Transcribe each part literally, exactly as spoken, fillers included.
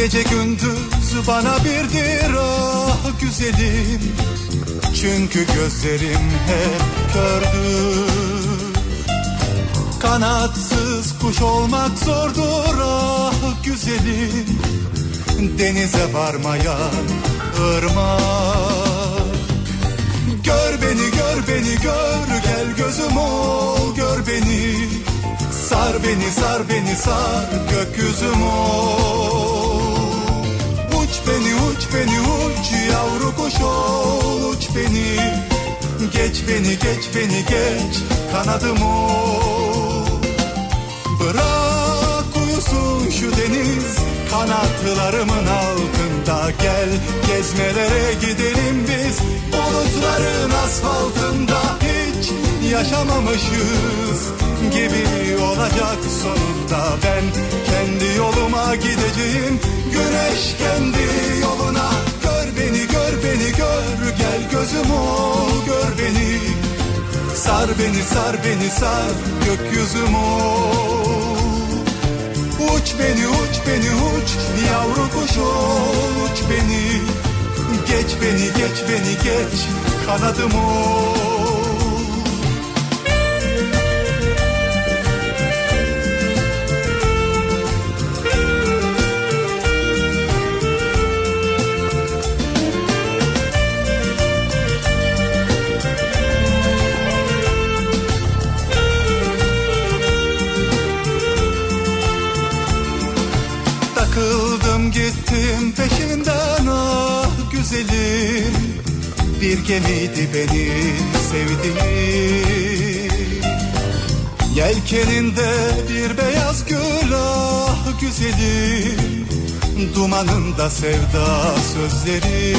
Gece gündüz bana birdir ah güzelim. Çünkü gözlerim hep kördür. Kanatsız kuş olmak zordur ah güzelim. Denize varmayan ırmak. Gör beni gör beni gör, gel gözüm ol gör beni. Sar beni sar beni sar, gökyüzüm ol. Uç beni uç beni uç, yavru kuş ol uç beni. Geç beni geç beni geç, kanadım ol. Bırak uyusun şu deniz kanatlarımın altında. Gel gezmelere gidelim biz bulutların asfaltında. Hiç yaşamamışız gibi olacak sonunda. Ben kendi yoluma gideceğim, güneş kendi yoluna. Gör beni gör beni gör, gel gözüm ol gör beni. Sar beni sar beni sar, gökyüzüm ol. Uç beni uç beni uç, yavru kuş ol uç beni. Geç beni geç beni geç, kanadım ol. Takıldım gittim peşinden ah güzelim. Bir gemiydi benim sevdiğim. Yelkeninde bir beyaz gül ah güzelim. Dumanında sevda sözleri.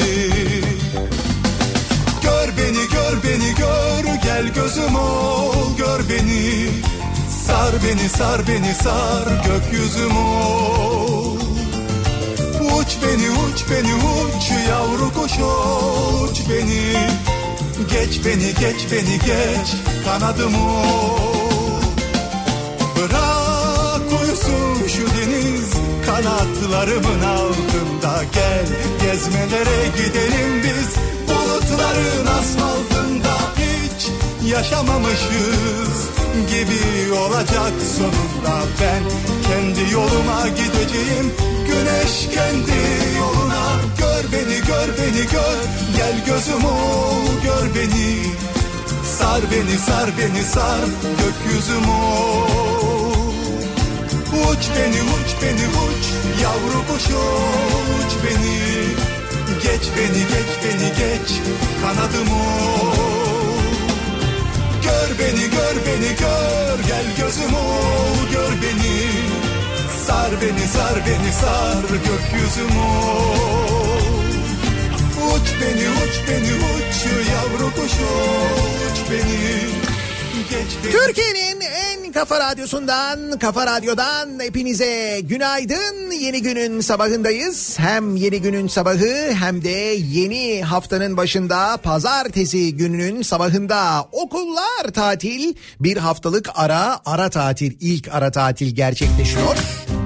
Gör beni gör beni gör, gel gözüm ol gör beni. Sar beni sar beni sar, gökyüzüm ol. Uç beni uç beni uç, yavru kuş uç beni. Geç beni geç beni geç, kanadım ol. Bırak uyusun şu deniz kanatlarımın altında. Gel gezmelere gidelim biz bulutların asfaltında. Hiç yaşamamışız gibi olacak sonunda. Ben kendi yoluma gideceğim, güneş kendi yoluna. Gör beni gör beni gör, gel gözüm ol gör beni. Sar beni sar beni sar, gökyüzüm ol. Uç beni uç beni uç, yavru kuş uç beni. Geç beni geç beni geç, kanadım ol. Gör beni gör beni gör, gel gözüm ol gör beni. Sar beni sar beni sar, gökyüzüm ol. Uç beni uç beni uç, yavru kuş uç beni. Türkiye'nin en kafa radyosundan, Kafa Radyo'dan hepinize günaydın. Yeni günün sabahındayız. Hem yeni günün sabahı hem de yeni haftanın başında, pazartesi gününün sabahında. Okullar tatil, bir haftalık ara, ara tatil, ilk ara tatil gerçekleşiyor.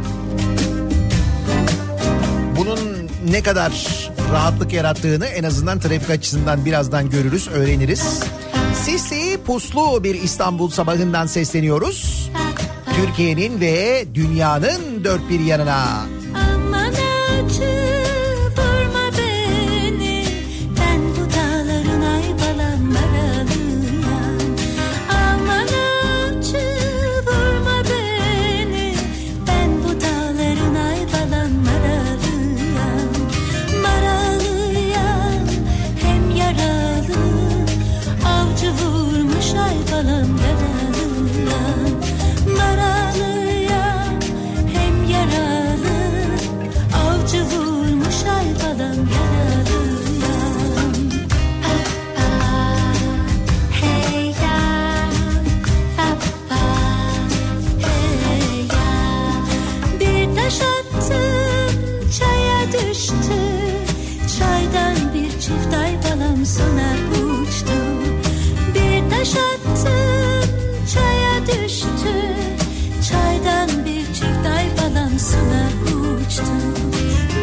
Bunun ne kadar rahatlık yarattığını en azından trafik açısından birazdan görürüz, öğreniriz. Sisli, puslu bir İstanbul sabahından sesleniyoruz. Türkiye'nin ve dünyanın dört bir yanına. Aman acı vurma beni, ben bu dağların ay balanlaralıyam. Aman acı vurma beni, ben bu dağların ay balanlaralıyam. Maralıyam hem yaralı, avcı vurmuş ay balanlaralıyam. Maralıyam hem yaralı, avcı vurmuş ay balam yaralıyam. Ah ah hey ya, ah ah hey ya. Bir taş attım çaya düştü, çaydan bir çift ay balam sona uçtu. Bir taş attım çaya düştü, çaydan bir çift ay balam sona uçtu.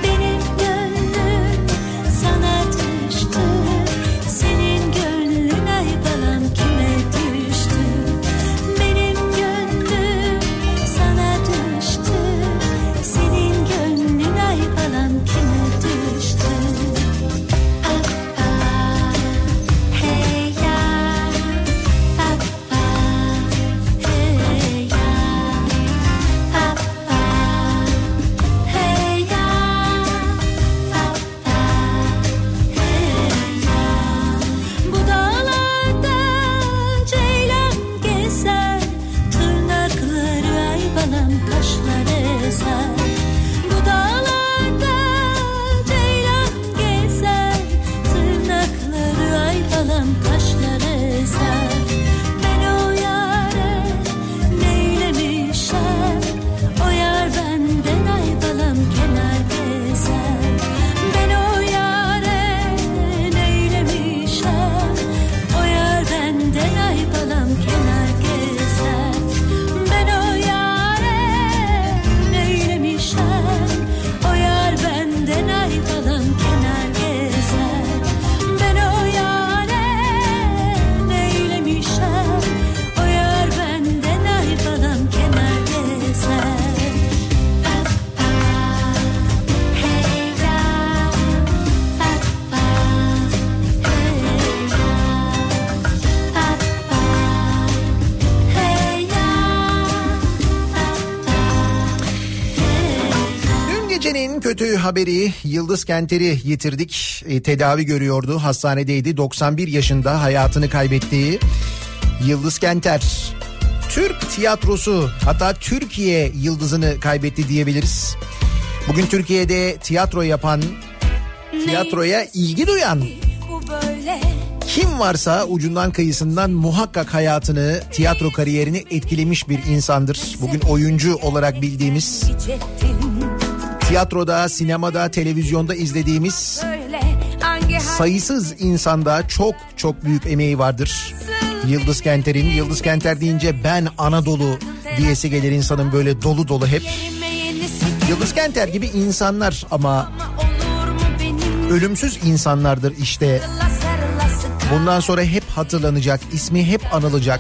kötü haberi, Yıldız Kenter'i yitirdik. E, tedavi görüyordu, hastanedeydi. doksan bir yaşında hayatını kaybettiği Yıldız Kenter. Türk tiyatrosu, hatta Türkiye yıldızını kaybetti diyebiliriz. Bugün Türkiye'de tiyatro yapan, tiyatroya ilgi duyan kim varsa ucundan kıyısından muhakkak hayatını, tiyatro kariyerini etkilemiş bir insandır. Bugün oyuncu olarak bildiğimiz, tiyatroda, sinemada, televizyonda izlediğimiz sayısız insanda çok çok büyük emeği vardır. Yıldız Kenter'in, Yıldız Kenter deyince ben Anadolu diyesi gelir insanın, böyle dolu dolu hep. Yıldız Kenter gibi insanlar ama ölümsüz insanlardır işte. Bundan sonra hep hatırlanacak, ismi hep anılacak.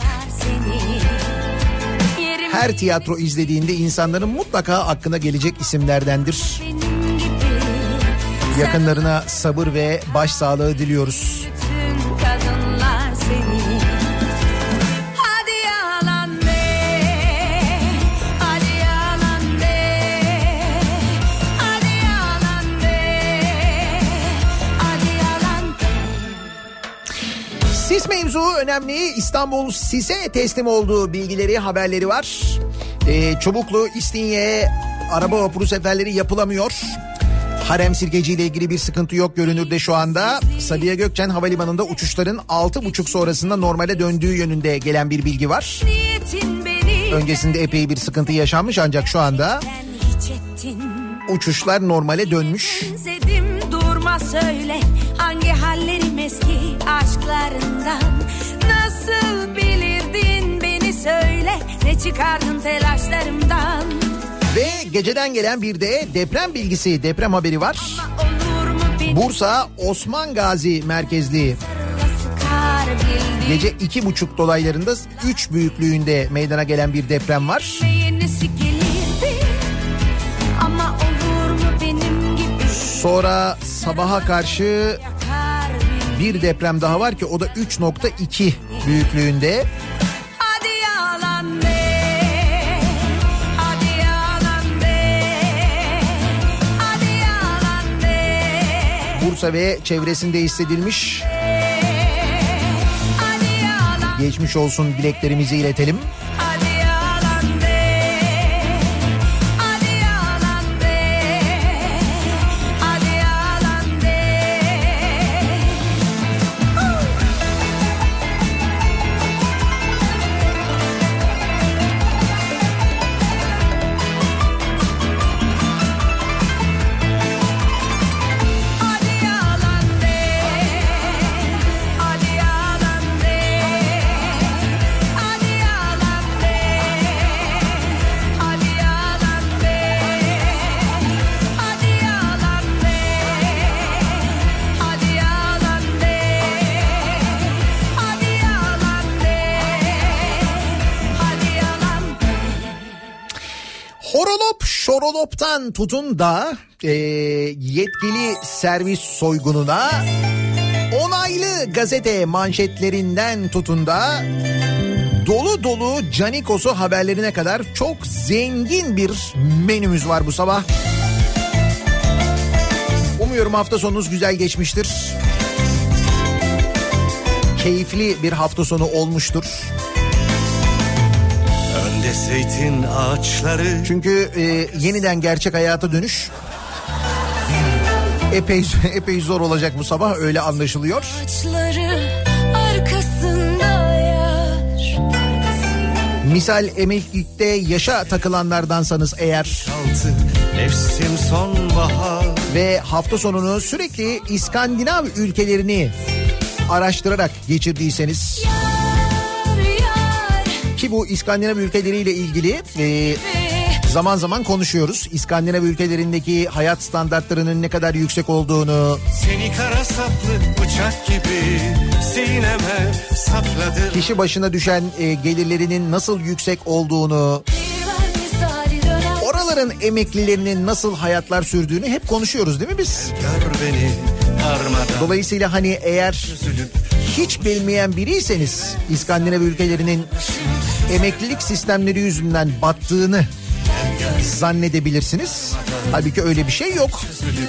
Her tiyatro izlediğinde insanların mutlaka aklına gelecek isimlerdendir. Yakınlarına sabır ve başsağlığı diliyoruz. Sis mevzu önemli. İstanbul Sis'e teslim olduğu bilgileri, haberleri var. Ee, Çubuklu, İstinye'ye araba vapuru seferleri yapılamıyor. Harem Sirkeci ile ilgili bir sıkıntı yok görünürde şu anda. Sabiha Gökçen Havalimanı'nda uçuşların altı buçuk sonrasında normale döndüğü yönünde gelen bir bilgi var. Öncesinde epey bir sıkıntı yaşanmış ancak şu anda uçuşlar normale dönmüş. Durma söyle, hangi hallerim eski aşklarından, nasıl bilirdin beni söyle, ne çıkardın telaşlarımdan. Ve geceden gelen bir de deprem bilgisi, deprem haberi var. Bursa Osman Gazi merkezli. Gece iki buçuk dolaylarında üç büyüklüğünde meydana gelen bir deprem var. Sonra sabaha karşı bir deprem daha var ki o da üç nokta iki büyüklüğünde. Hadi yalan de, hadi yalan de, hadi yalan de. Bursa ve çevresinde hissedilmiş. Geçmiş olsun dileklerimizi iletelim. Şorolop'tan tutun da e, yetkili servis soygununa, onaylı gazete manşetlerinden tutun da dolu dolu Canikos'u haberlerine kadar çok zengin bir menümüz var bu sabah. Umuyorum hafta sonunuz güzel geçmiştir. Keyifli bir hafta sonu olmuştur. Zeytin ağaçları. Çünkü e, yeniden gerçek hayata dönüş epey epey zor olacak bu sabah, öyle anlaşılıyor. Misal emeklilikte yaşa takılanlardansanız eğer Nefsim sonbahar ve hafta sonunu sürekli İskandinav ülkelerini araştırarak geçirdiyseniz, ki bu İskandinav ülkeleriyle ilgili e, zaman zaman konuşuyoruz. İskandinav ülkelerindeki hayat standartlarının ne kadar yüksek olduğunu, seni kara saplı bıçak gibi sineme sapladım, kişi başına düşen e, gelirlerinin nasıl yüksek olduğunu, oraların emeklilerinin nasıl hayatlar sürdüğünü hep konuşuyoruz değil mi biz? Gör beni darmadan. Dolayısıyla hani eğer hiç bilmeyen biriyseniz İskandinav ülkelerinin emeklilik sistemleri yüzünden battığını zannedebilirsiniz. Halbuki öyle bir şey yok.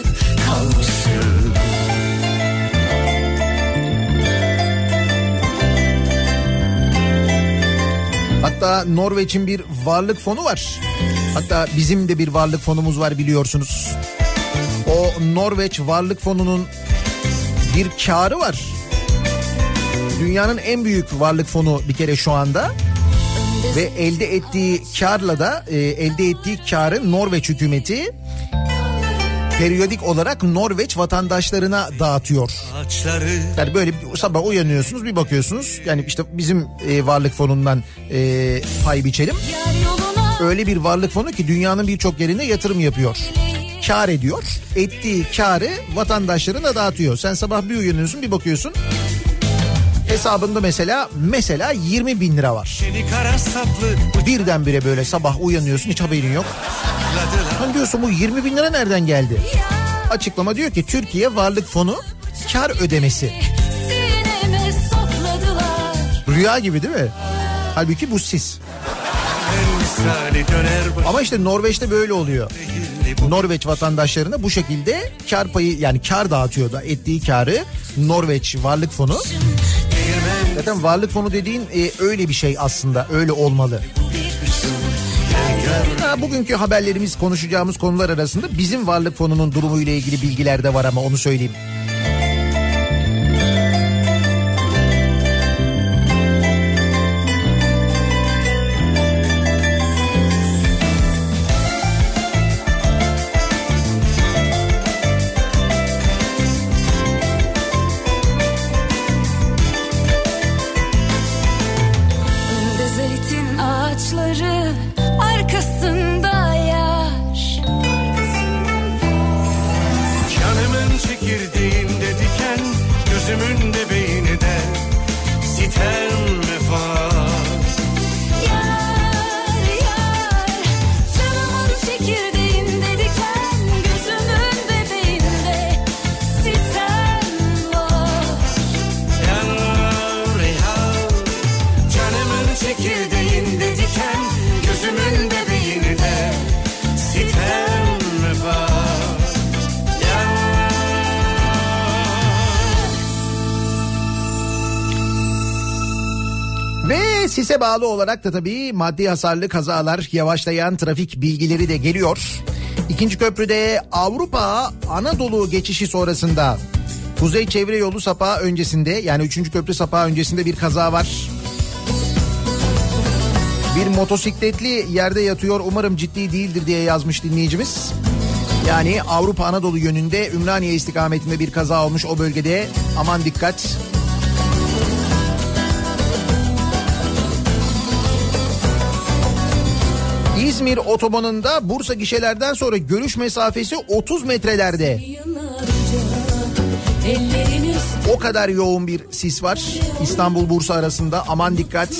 Hatta Norveç'in bir varlık fonu var. Hatta bizim de bir varlık fonumuz var biliyorsunuz. O Norveç varlık fonunun bir kârı var. Dünyanın en büyük varlık fonu bir kere şu anda. Ve elde ettiği kârla da e, elde ettiği kârı Norveç hükümeti periyodik olarak Norveç vatandaşlarına dağıtıyor. Yani böyle bir sabah uyanıyorsunuz, bir bakıyorsunuz. Yani işte bizim e, varlık fonundan e, pay biçelim. Öyle bir varlık fonu ki dünyanın birçok yerine yatırım yapıyor. Kâr ediyor. Ettiği kârı vatandaşlarına dağıtıyor. Sen sabah bir uyanıyorsun, bir bakıyorsun. Hesabında mesela mesela yirmi bin lira var. Birdenbire böyle sabah uyanıyorsun, hiç haberin yok. Hani diyorsun bu yirmi bin lira nereden geldi? Açıklama diyor ki Türkiye Varlık Fonu kar ödemesi. Rüya gibi değil mi? Halbuki bu siz. Ama işte Norveç'te böyle oluyor. Norveç vatandaşlarına bu şekilde kar payı, yani kar dağıtıyor da ettiği karı Norveç Varlık Fonu. Zaten varlık fonu dediğin e, öyle bir şey aslında, öyle olmalı. Ha, bugünkü haberlerimiz, konuşacağımız konular arasında bizim varlık fonunun durumuyla ilgili bilgiler de var ama onu söyleyeyim. Sise bağlı olarak da tabii maddi hasarlı kazalar, yavaşlayan trafik bilgileri de geliyor. İkinci köprüde Avrupa Anadolu geçişi sonrasında Kuzey Çevre Yolu sapağı öncesinde, yani üçüncü köprü sapağı öncesinde bir kaza var. Bir motosikletli yerde yatıyor, umarım ciddi değildir diye yazmış dinleyicimiz. Yani Avrupa Anadolu yönünde Ümraniye istikametinde bir kaza olmuş o bölgede, aman dikkat. İzmir otobanında Bursa gişelerden sonra görüş mesafesi otuz metrelerde. O kadar yoğun bir sis var İstanbul-Bursa arasında, aman dikkat.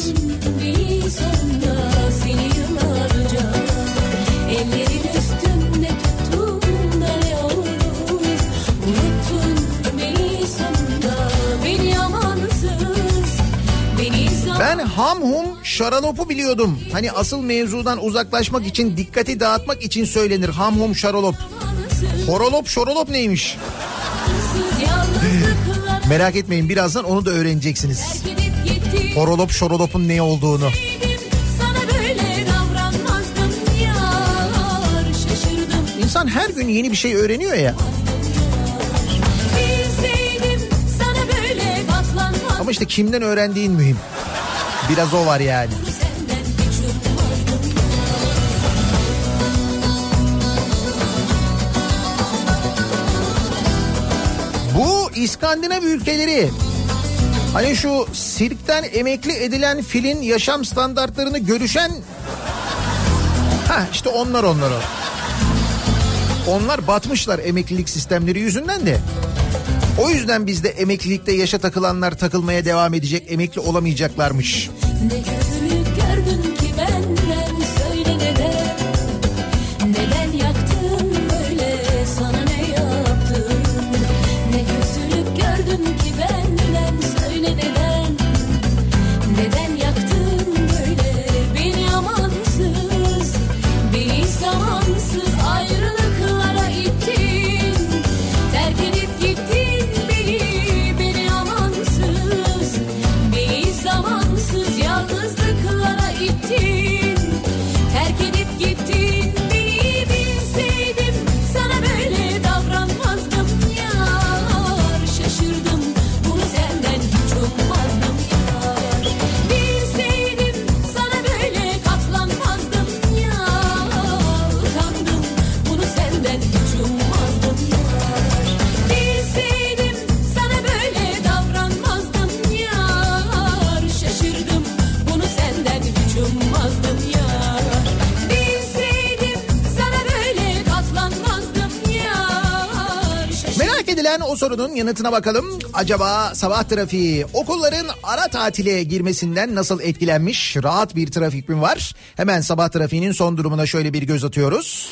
Ben ham hum şaralopu biliyordum. Hani asıl mevzudan uzaklaşmak için, dikkati dağıtmak için söylenir ham hum şaralop. Horolop şorolop neymiş? Merak etmeyin, birazdan onu da öğreneceksiniz. Horolop şorolopun ne olduğunu. İnsan her gün yeni bir şey öğreniyor ya. Ama işte kimden öğrendiğin mühim. Biraz o var yani. Bu İskandinav ülkeleri, hani şu sirkten emekli edilen filin yaşam standartlarını görüşen, ha işte onlar onlar o. Onlar batmışlar emeklilik sistemleri yüzünden de. O yüzden bizde emeklilikte yaşa takılanlar takılmaya devam edecek, emekli olamayacaklarmış. Ne kötülük gördün ki benden, söyle neden? Neden yaktın böyle, sana ne yaptım? Ne kötülük gördün ki benden, söyle neden? Neden yaktın böyle beni amansız, beni zamansız ayrılıklar? gelen o sorunun yanıtına bakalım. Acaba sabah trafiği okulların ara tatile girmesinden nasıl etkilenmiş? Rahat bir trafik mi var? Hemen sabah trafiğinin son durumuna şöyle bir göz atıyoruz.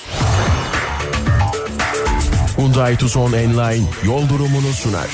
Hyundai Tucson Enline yol durumunu sunar.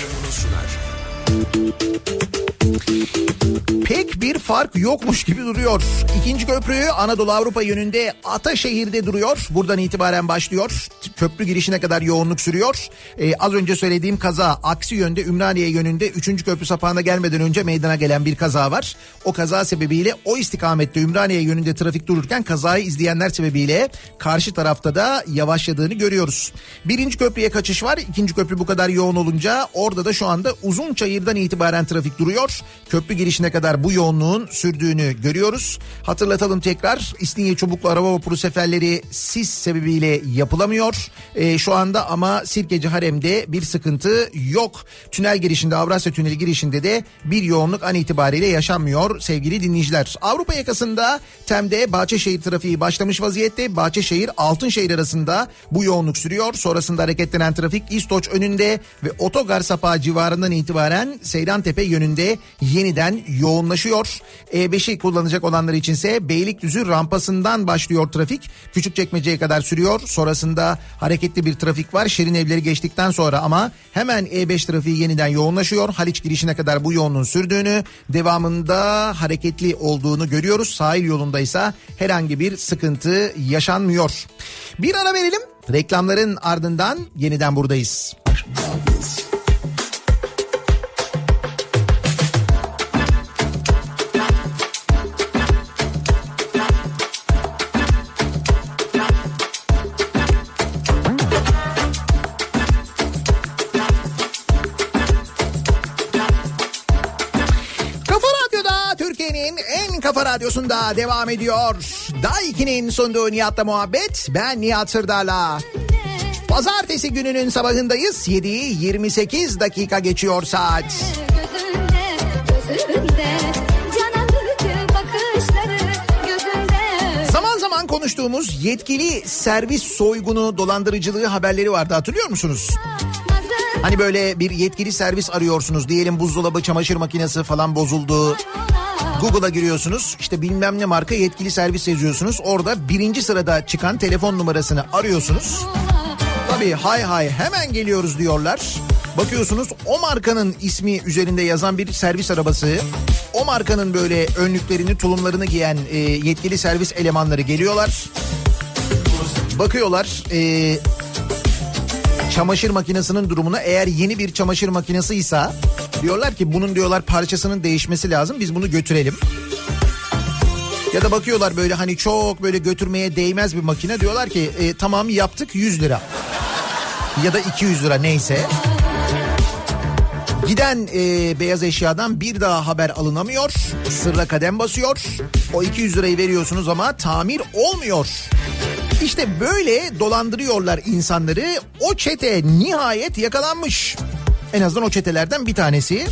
Pek bir fark yokmuş gibi duruyor. İkinci köprü Anadolu Avrupa yönünde Ataşehir'de duruyor. Buradan itibaren başlıyor. Köprü girişine kadar yoğunluk sürüyor. Ee, az önce söylediğim kaza aksi yönde Ümraniye yönünde üçüncü köprü sapağına gelmeden önce meydana gelen bir kaza var. O kaza sebebiyle o istikamette Ümraniye yönünde trafik dururken kazayı izleyenler sebebiyle karşı tarafta da yavaşladığını görüyoruz. Birinci köprüye kaçış var. İkinci köprü bu kadar yoğun olunca orada da şu anda Uzunçayır'dan itibaren trafik duruyor. Köprü girişine kadar bu yoğunluğun sürdüğünü görüyoruz. Hatırlatalım tekrar, İstinye Çubuklu araba vapuru seferleri sis sebebiyle yapılamıyor. Ee, şu anda ama Sirkeci Harem'de bir sıkıntı yok. Tünel girişinde, Avrasya Tüneli girişinde de bir yoğunluk an itibariyle yaşanmıyor sevgili dinleyiciler. Avrupa yakasında Tem'de Bahçeşehir trafiği başlamış vaziyette. Bahçeşehir Altınşehir arasında bu yoğunluk sürüyor. Sonrasında hareketlenen trafik İstoç önünde ve Otogar Sapağı civarından itibaren Seyrantepe yönünde yeniden yoğunlaşıyor. E beşi kullanacak olanlar içinse Beylikdüzü rampasından başlıyor trafik. Küçükçekmece'ye kadar sürüyor. Sonrasında hareketli bir trafik var. Şirin Evleri geçtikten sonra ama hemen E beş trafiği yeniden yoğunlaşıyor. Haliç girişine kadar bu yoğunluğun sürdüğünü, devamında hareketli olduğunu görüyoruz. Sahil yolundaysa herhangi bir sıkıntı yaşanmıyor. Bir ara verelim. Reklamların ardından yeniden buradayız. Kafa Radyosu'nda devam ediyor. Daiki'nin sunduğu Nihat'la muhabbet. Ben Nihat Sırdar'la. Pazartesi gününün sabahındayız. yediyi yirmi sekiz dakika geçiyor saat. Gözünde, gözünde, bakışları, gözünde. Zaman zaman konuştuğumuz yetkili servis soygunu, dolandırıcılığı haberleri vardı, hatırlıyor musunuz? Hani böyle bir yetkili servis arıyorsunuz. Diyelim buzdolabı, çamaşır makinesi falan bozuldu. Google'a giriyorsunuz, işte bilmem ne marka yetkili servis yazıyorsunuz. Orada birinci sırada çıkan telefon numarasını arıyorsunuz. Tabii hay hay hemen geliyoruz diyorlar. Bakıyorsunuz o markanın ismi üzerinde yazan bir servis arabası. O markanın böyle önlüklerini, tulumlarını giyen e, yetkili servis elemanları geliyorlar. Bakıyorlar e, çamaşır makinesinin durumuna, eğer yeni bir çamaşır makinesiysa diyorlar ki bunun diyorlar parçasının değişmesi lazım, biz bunu götürelim. Ya da bakıyorlar böyle hani çok böyle götürmeye değmez bir makine, diyorlar ki e, tamam yaptık yüz lira ya da iki yüz lira neyse. Giden e, beyaz eşyadan bir daha haber alınamıyor, sırra kadem basıyor, o iki yüz lirayı veriyorsunuz ama tamir olmuyor. İşte böyle dolandırıyorlar insanları. O çete nihayet yakalanmış. En azından o çetelerden bir tanesi.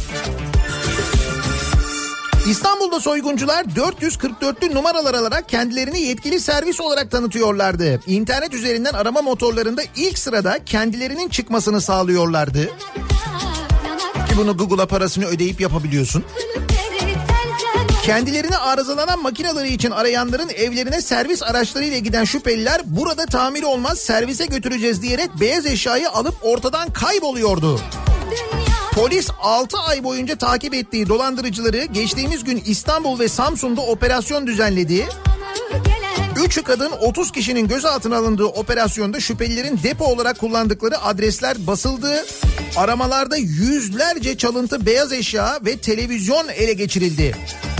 İstanbul'da soyguncular dört yüz kırk dörtlü numaralar alarak kendilerini yetkili servis olarak tanıtıyorlardı. İnternet üzerinden arama motorlarında ilk sırada kendilerinin çıkmasını sağlıyorlardı. Ki bunu Google'a parasını ödeyip yapabiliyorsun. Kendilerini arızalanan makineleri için arayanların evlerine servis araçlarıyla giden şüpheliler burada tamir olmaz, servise götüreceğiz diyerek beyaz eşyayı alıp ortadan kayboluyordu. Polis altı ay boyunca takip ettiği dolandırıcıları geçtiğimiz gün İstanbul ve Samsun'da operasyon düzenledi. üç kadın otuz kişinin gözaltına alındığı operasyonda şüphelilerin depo olarak kullandıkları adresler basıldı. Aramalarda yüzlerce çalıntı beyaz eşya ve televizyon ele geçirildi.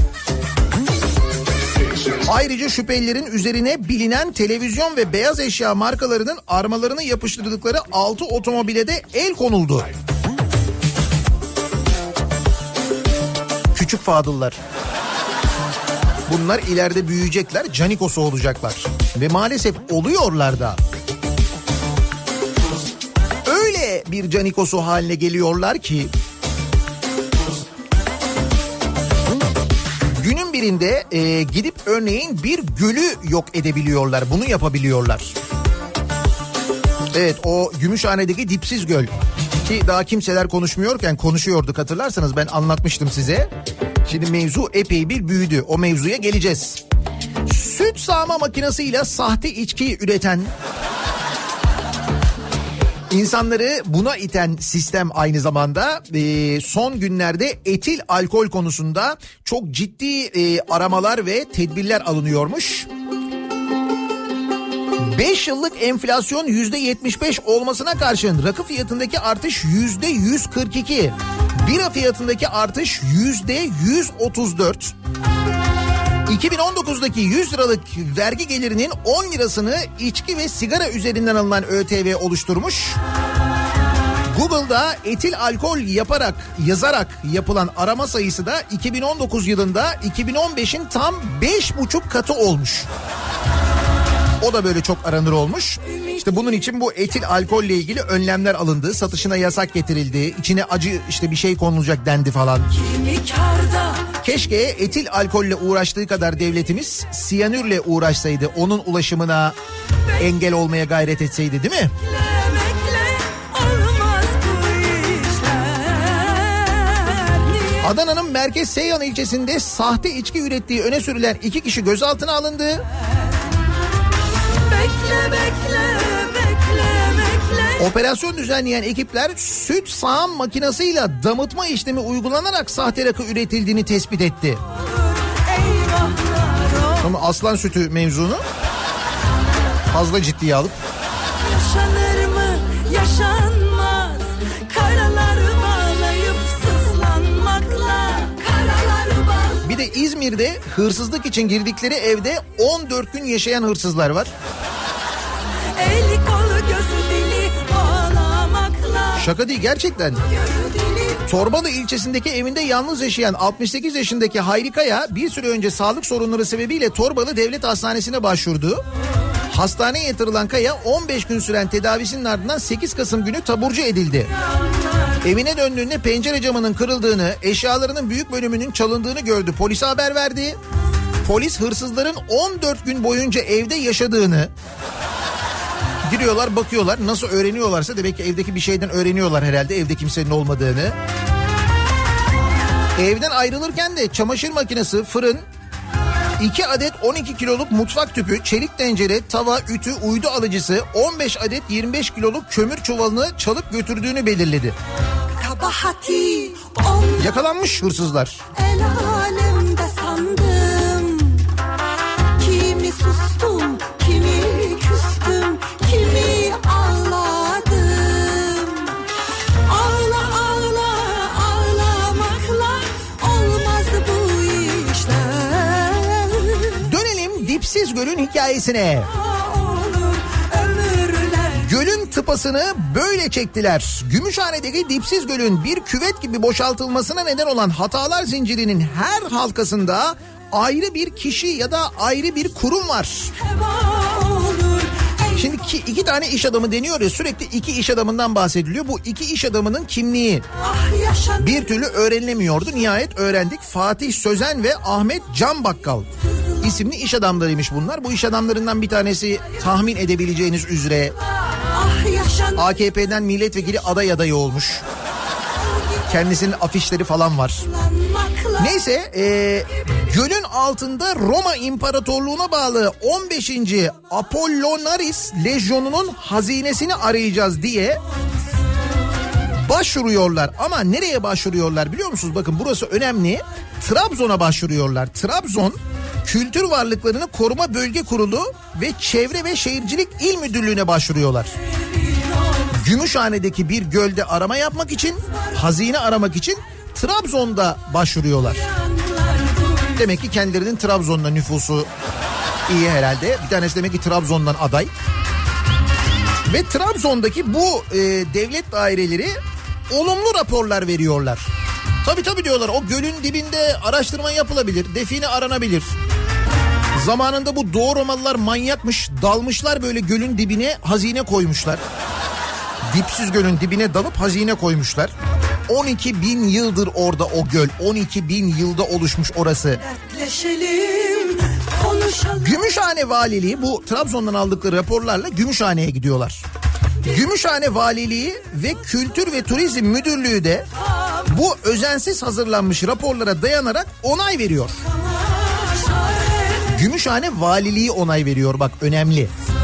Ayrıca şüphelilerin üzerine bilinen televizyon ve beyaz eşya markalarının armalarını yapıştırdıkları altı otomobile de el konuldu. Küçük fadıllar. Bunlar ileride büyüyecekler, canikosu olacaklar. Ve maalesef oluyorlar da. Öyle bir canikosu haline geliyorlar ki günün birinde e, gidip örneğin bir gölü yok edebiliyorlar. Bunu yapabiliyorlar. Evet, o Gümüşhane'deki dipsiz göl. Ki daha kimseler konuşmuyorken konuşuyorduk, hatırlarsanız ben anlatmıştım size. Şimdi mevzu epey bir büyüdü. O mevzuya geleceğiz. Süt sağma makinesiyle sahte içki üreten, İnsanları buna iten sistem aynı zamanda e, son günlerde etil alkol konusunda çok ciddi e, aramalar ve tedbirler alınıyormuş. beş yıllık enflasyon yüzde yetmiş beş olmasına karşın rakı fiyatındaki artış yüzde yüz kırk iki, bira fiyatındaki artış yüzde yüz otuz dört. iki bin on dokuzdaki yüz liralık vergi gelirinin on lirasını içki ve sigara üzerinden alınan ÖTV oluşturmuş. Google'da etil alkol yaparak, yazarak yapılan arama sayısı da iki bin on dokuz yılında iki bin on beşin tam beş buçuk katı olmuş. O da böyle çok aranır olmuş. İşte bunun için bu etil alkolle ilgili önlemler alındı. Satışına yasak getirildi. İçine acı işte bir şey konulacak dendi falan. Keşke etil alkolle uğraştığı kadar devletimiz siyanürle uğraşsaydı. Onun ulaşımına engel olmaya gayret etseydi, değil mi? Adana'nın Merkez Seyhan ilçesinde sahte içki ürettiği öne sürülen iki kişi gözaltına alındı. Bekle, bekle, bekle, bekle. Operasyon düzenleyen ekipler süt sağım makinesiyle damıtma işlemi uygulanarak sahte rakı üretildiğini tespit etti. Ama aslan sütü mevzunu fazla ciddiye alıp. Yaşanır mı, yaşanmaz, karaları bağlayıp sızlanmakla, karaları bağlayıp. Bir de İzmir'de hırsızlık için girdikleri evde on dört gün yaşayan hırsızlar var. Eli kolu gözü dili bağlamakla. Şaka değil, gerçekten. Torbalı ilçesindeki evinde yalnız yaşayan altmış sekiz yaşındaki Hayri Kaya bir süre önce sağlık sorunları sebebiyle Torbalı Devlet Hastanesi'ne başvurdu. Hastaneye yatırılan Kaya on beş gün süren tedavisinin ardından sekiz Kasım günü taburcu edildi. Evine döndüğünde pencere camının kırıldığını, eşyalarının büyük bölümünün çalındığını gördü. Polise haber verdi. Polis hırsızların on dört gün boyunca evde yaşadığını, giriyorlar bakıyorlar, nasıl öğreniyorlarsa demek ki evdeki bir şeyden öğreniyorlar herhalde, evde kimsenin olmadığını. Evden ayrılırken de çamaşır makinesi, fırın, iki adet on iki kiloluk mutfak tüpü, çelik tencere, tava, ütü, uydu alıcısı, on beş adet yirmi beş kiloluk kömür çuvalını çalıp götürdüğünü belirledi. Yakalanmış hırsızlar. El alemde sandım, kimi sustum, kimi küstüm, kimi ağladım. Ağla ağla ağlamakla olmaz bu işler. Dönelim Dipsiz Göl'ün hikayesine. Gölün tıpasını böyle çektiler. Gümüşhane'deki Dipsiz Göl'ün bir küvet gibi boşaltılmasına neden olan hatalar zincirinin her halkasında ayrı bir kişi ya da ayrı bir kurum var. Şimdi iki, iki tane iş adamı deniyor ya, sürekli iki iş adamından bahsediliyor. Bu iki iş adamının kimliği bir türlü öğrenilemiyordu. Nihayet öğrendik. Fatih Sözen ve Ahmet Can Bakkal isimli iş adamlarıymış bunlar. Bu iş adamlarından bir tanesi tahmin edebileceğiniz üzere A K P'den milletvekili aday adayı olmuş. Kendisinin afişleri falan var. Neyse e, gölün altında Roma İmparatorluğu'na bağlı on beşinci Apollonaris Lejyonu'nun hazinesini arayacağız diye başvuruyorlar. Ama nereye başvuruyorlar biliyor musunuz? Bakın burası önemli. Trabzon'a başvuruyorlar. Trabzon Kültür Varlıklarını Koruma Bölge Kurulu ve Çevre ve Şehircilik İl Müdürlüğü'ne başvuruyorlar. Gümüşhane'deki bir gölde arama yapmak için, hazine aramak için Trabzon'da başvuruyorlar. Demek ki kendilerinin Trabzon'da nüfusu iyi herhalde. Bir tanesi demek ki Trabzon'dan aday. Ve Trabzon'daki bu e, devlet daireleri olumlu raporlar veriyorlar. Tabii tabii diyorlar, o gölün dibinde araştırma yapılabilir, define aranabilir. Zamanında bu Doğu Romalılar manyakmış, dalmışlar böyle gölün dibine, hazine koymuşlar. Dipsiz Göl'ün dibine dalıp hazine koymuşlar. on iki bin yıldır orada o göl. on iki bin yılda oluşmuş orası. Gümüşhane Valiliği bu Trabzon'dan aldıkları raporlarla Gümüşhane'ye gidiyorlar. Gümüşhane Valiliği ve Kültür ve Turizm Müdürlüğü de bu özensiz hazırlanmış raporlara dayanarak onay veriyor. Gümüşhane Valiliği onay veriyor, bak önemli.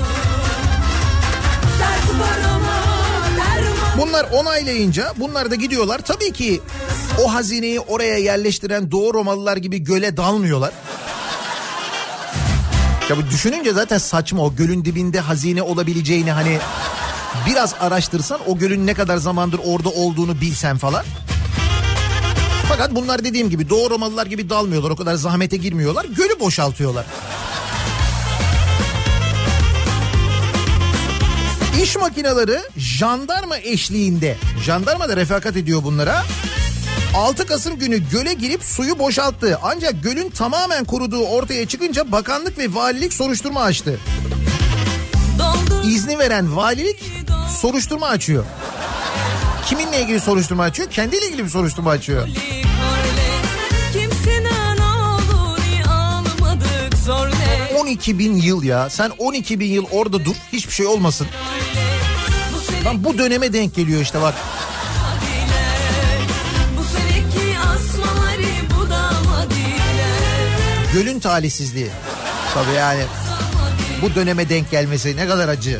Bunlar onaylayınca bunlar da gidiyorlar. Tabii ki o hazineyi oraya yerleştiren Doğu Romalılar gibi göle dalmıyorlar. Ya bu düşününce zaten saçma, o gölün dibinde hazine olabileceğini hani biraz araştırsan, o gölün ne kadar zamandır orada olduğunu bilsen falan. Fakat bunlar dediğim gibi Doğu Romalılar gibi dalmıyorlar, o kadar zahmete girmiyorlar, gölü boşaltıyorlar. İş makineleri jandarma eşliğinde, jandarma da refakat ediyor bunlara. altı Kasım günü göle girip suyu boşalttı. Ancak gölün tamamen kuruduğu ortaya çıkınca bakanlık ve valilik soruşturma açtı. İzni veren valilik soruşturma açıyor. Kiminle ilgili soruşturma açıyor? Kendiyle ilgili bir soruşturma açıyor. on iki bin yıl ya. Sen on iki bin yıl orada dur, hiçbir şey olmasın. Lan bu döneme denk geliyor işte bak. Gölün talihsizliği. Tabii yani bu döneme denk gelmesi ne kadar acı.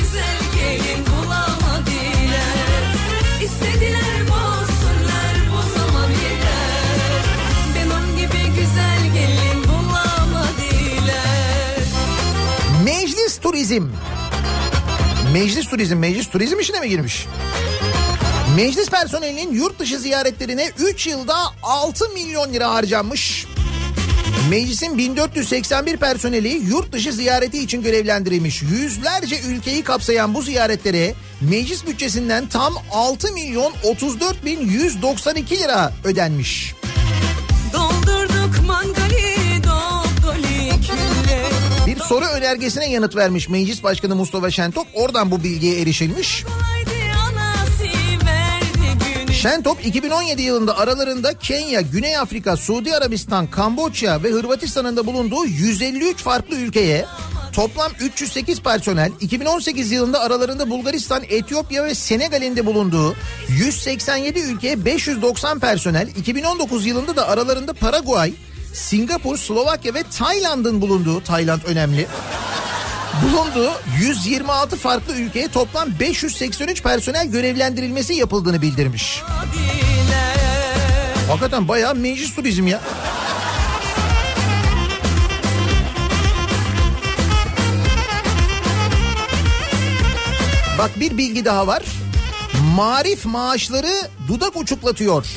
Meclis turizm. Meclis turizm, meclis turizm işine mi girmiş? Meclis personelinin yurt dışı ziyaretlerine üç yılda altı milyon lira harcanmış. Meclisin bin dört yüz seksen bir personeli yurt dışı ziyareti için görevlendirilmiş. Yüzlerce ülkeyi kapsayan bu ziyaretlere meclis bütçesinden tam altı milyon otuz dört bin yüz doksan iki lira ödenmiş. Doldurduk mangali, bir soru önergesine yanıt vermiş Meclis Başkanı Mustafa Şentop. Oradan bu bilgiye erişilmiş. Şentop iki bin on yedi yılında aralarında Kenya, Güney Afrika, Suudi Arabistan, Kamboçya ve Hırvatistan'ın da bulunduğu yüz elli üç farklı ülkeye toplam üç yüz sekiz personel, iki bin on sekiz yılında aralarında Bulgaristan, Etiyopya ve Senegal'in de bulunduğu yüz seksen yedi ülkeye beş yüz doksan personel, iki bin on dokuz yılında da aralarında Paraguay, Singapur, Slovakya ve Tayland'ın bulunduğu, Tayland önemli, bulunduğu yüz yirmi altı farklı ülkeye toplam beş yüz seksen üç personel görevlendirilmesi yapıldığını bildirmiş. Hakikaten bayağı meclis turizm ya. Bak bir bilgi daha var. Marif maaşları dudak uçuklatıyor.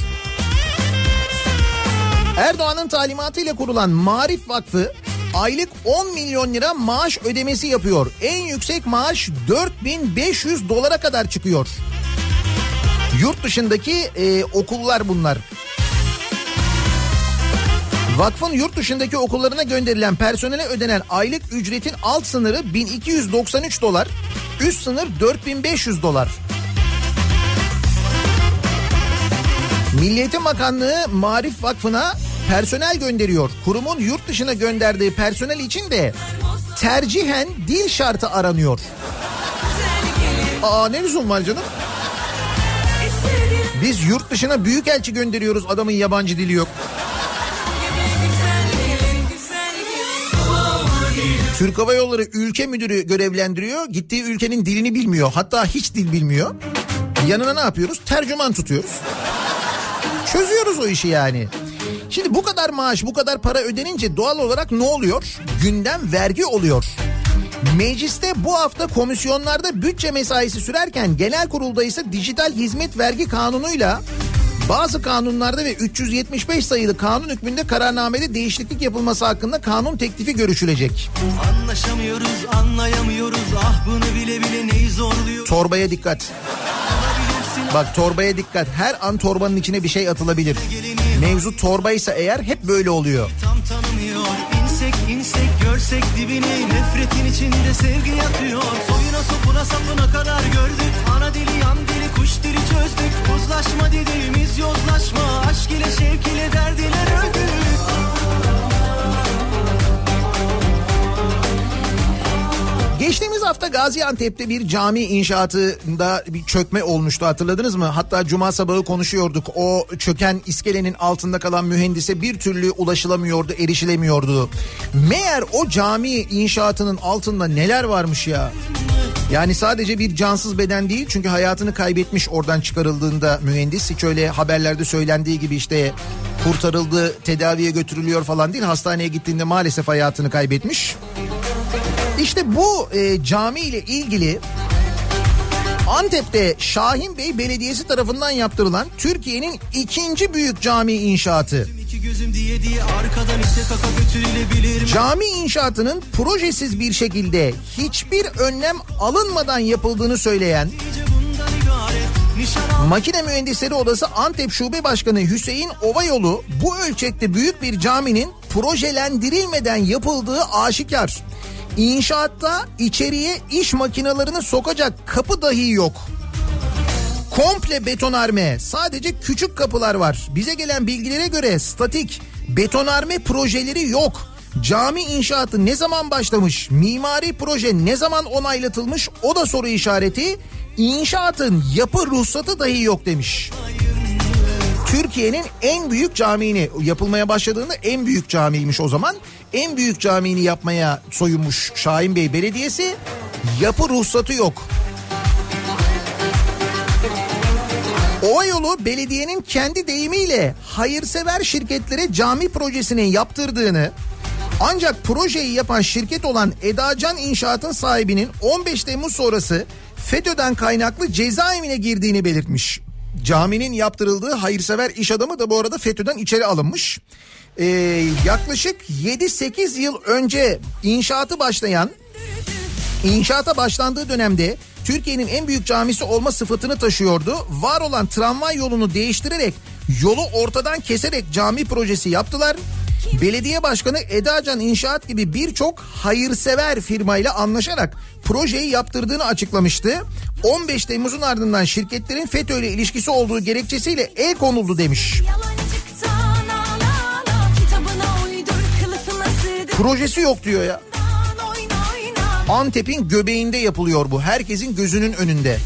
Erdoğan'ın talimatıyla kurulan Marif Vakfı aylık on milyon lira maaş ödemesi yapıyor. En yüksek maaş dört bin beş yüz dolara kadar çıkıyor. Yurt dışındaki e, okullar bunlar. Vakfın yurt dışındaki okullarına gönderilen personele ödenen aylık ücretin alt sınırı bin iki yüz doksan üç dolar, üst sınır dört bin beş yüz dolar. Milli Eğitim Bakanlığı Marif Vakfı'na personel gönderiyor. Kurumun yurt dışına gönderdiği personel için de tercihen dil şartı aranıyor. Aa ne lüzum var canım? Biz yurt dışına büyükelçi gönderiyoruz, adamın yabancı dili yok. Türk Hava Yolları ülke müdürü görevlendiriyor. Gittiği ülkenin dilini bilmiyor. Hatta hiç dil bilmiyor. Yanına ne yapıyoruz? Tercüman tutuyoruz. Çözüyoruz o işi yani. Şimdi bu kadar maaş, bu kadar para ödenince doğal olarak ne oluyor? Gündem vergi oluyor. Mecliste bu hafta komisyonlarda bütçe mesaisi sürerken genel kurulda ise dijital hizmet vergi kanunuyla bazı kanunlarda ve üç yüz yetmiş beş sayılı kanun hükmünde kararnamede değişiklik yapılması hakkında kanun teklifi görüşülecek. Anlaşamıyoruz, anlayamıyoruz, ah bunu bile bile neyi zorluyor. Torbaya dikkat. Bak torbaya dikkat. Her an torbanın içine bir şey atılabilir. Mevzu torbaysa eğer hep böyle oluyor. Tam tanımıyor. İnsek insek görsek dibini, nefretin içinde sevgi yatıyor. Soyuna sopuna sapına kadar gördük. Ana dili yan dili kuş dili çözdük. Uzlaşma dediğimiz yozlaşma. Aşk ile şevk ile derdiler öldük. Geçtiğimiz hafta Gaziantep'te bir cami inşaatında bir çökme olmuştu, hatırladınız mı? Hatta cuma sabahı konuşuyorduk. O çöken iskelenin altında kalan mühendise bir türlü ulaşılamıyordu, erişilemiyordu. Meğer o cami inşaatının altında neler varmış ya? Yani sadece bir cansız beden değil, çünkü hayatını kaybetmiş oradan çıkarıldığında mühendis. Hiç öyle haberlerde söylendiği gibi işte kurtarıldı, tedaviye götürülüyor falan değil. Hastaneye gittiğinde maalesef hayatını kaybetmiş. İşte bu e, cami ile ilgili Antep'te Şahin Bey Belediyesi tarafından yaptırılan Türkiye'nin ikinci büyük cami inşaatı. Cami inşaatının projesiz bir şekilde hiçbir önlem alınmadan yapıldığını söyleyen Makine Mühendisleri Odası Antep Şube Başkanı Hüseyin Ovayolu, bu ölçekte büyük bir caminin projelendirilmeden yapıldığı aşikar. İnşaatta içeriye iş makinelerini sokacak kapı dahi yok. Komple betonarme, sadece küçük kapılar var. Bize gelen bilgilere göre statik betonarme projeleri yok. Cami inşaatı ne zaman başlamış? Mimari proje ne zaman onaylatılmış? O da soru işareti. İnşaatın yapı ruhsatı dahi yok demiş. Türkiye'nin en büyük camini, yapılmaya başladığında en büyük camiymiş o zaman. En büyük camini yapmaya soyunmuş Şahin Bey Belediyesi. Yapı ruhsatı yok. Ovayolu belediyenin kendi deyimiyle hayırsever şirketlere cami projesini yaptırdığını, ancak projeyi yapan şirket olan Edacan İnşaat'ın sahibinin on beş Temmuz sonrası FETÖ'den kaynaklı cezaevine girdiğini belirtmiş. Caminin yaptırıldığı hayırsever iş adamı da bu arada FETÖ'den içeri alınmış. Ee, yaklaşık yedi sekiz yıl önce inşaatı başlayan, inşaata başlandığı dönemde Türkiye'nin en büyük camisi olma sıfatını taşıyordu. Var olan tramvay yolunu değiştirerek, yolu ortadan keserek cami projesi yaptılar. Belediye Başkanı Edacan İnşaat gibi birçok hayırsever firmayla anlaşarak projeyi yaptırdığını açıklamıştı. on beş Temmuz'un ardından şirketlerin FETÖ ile ilişkisi olduğu gerekçesiyle el konuldu demiş. Projesi yok diyor ya. Antep'in göbeğinde yapılıyor bu. Herkesin gözünün önünde.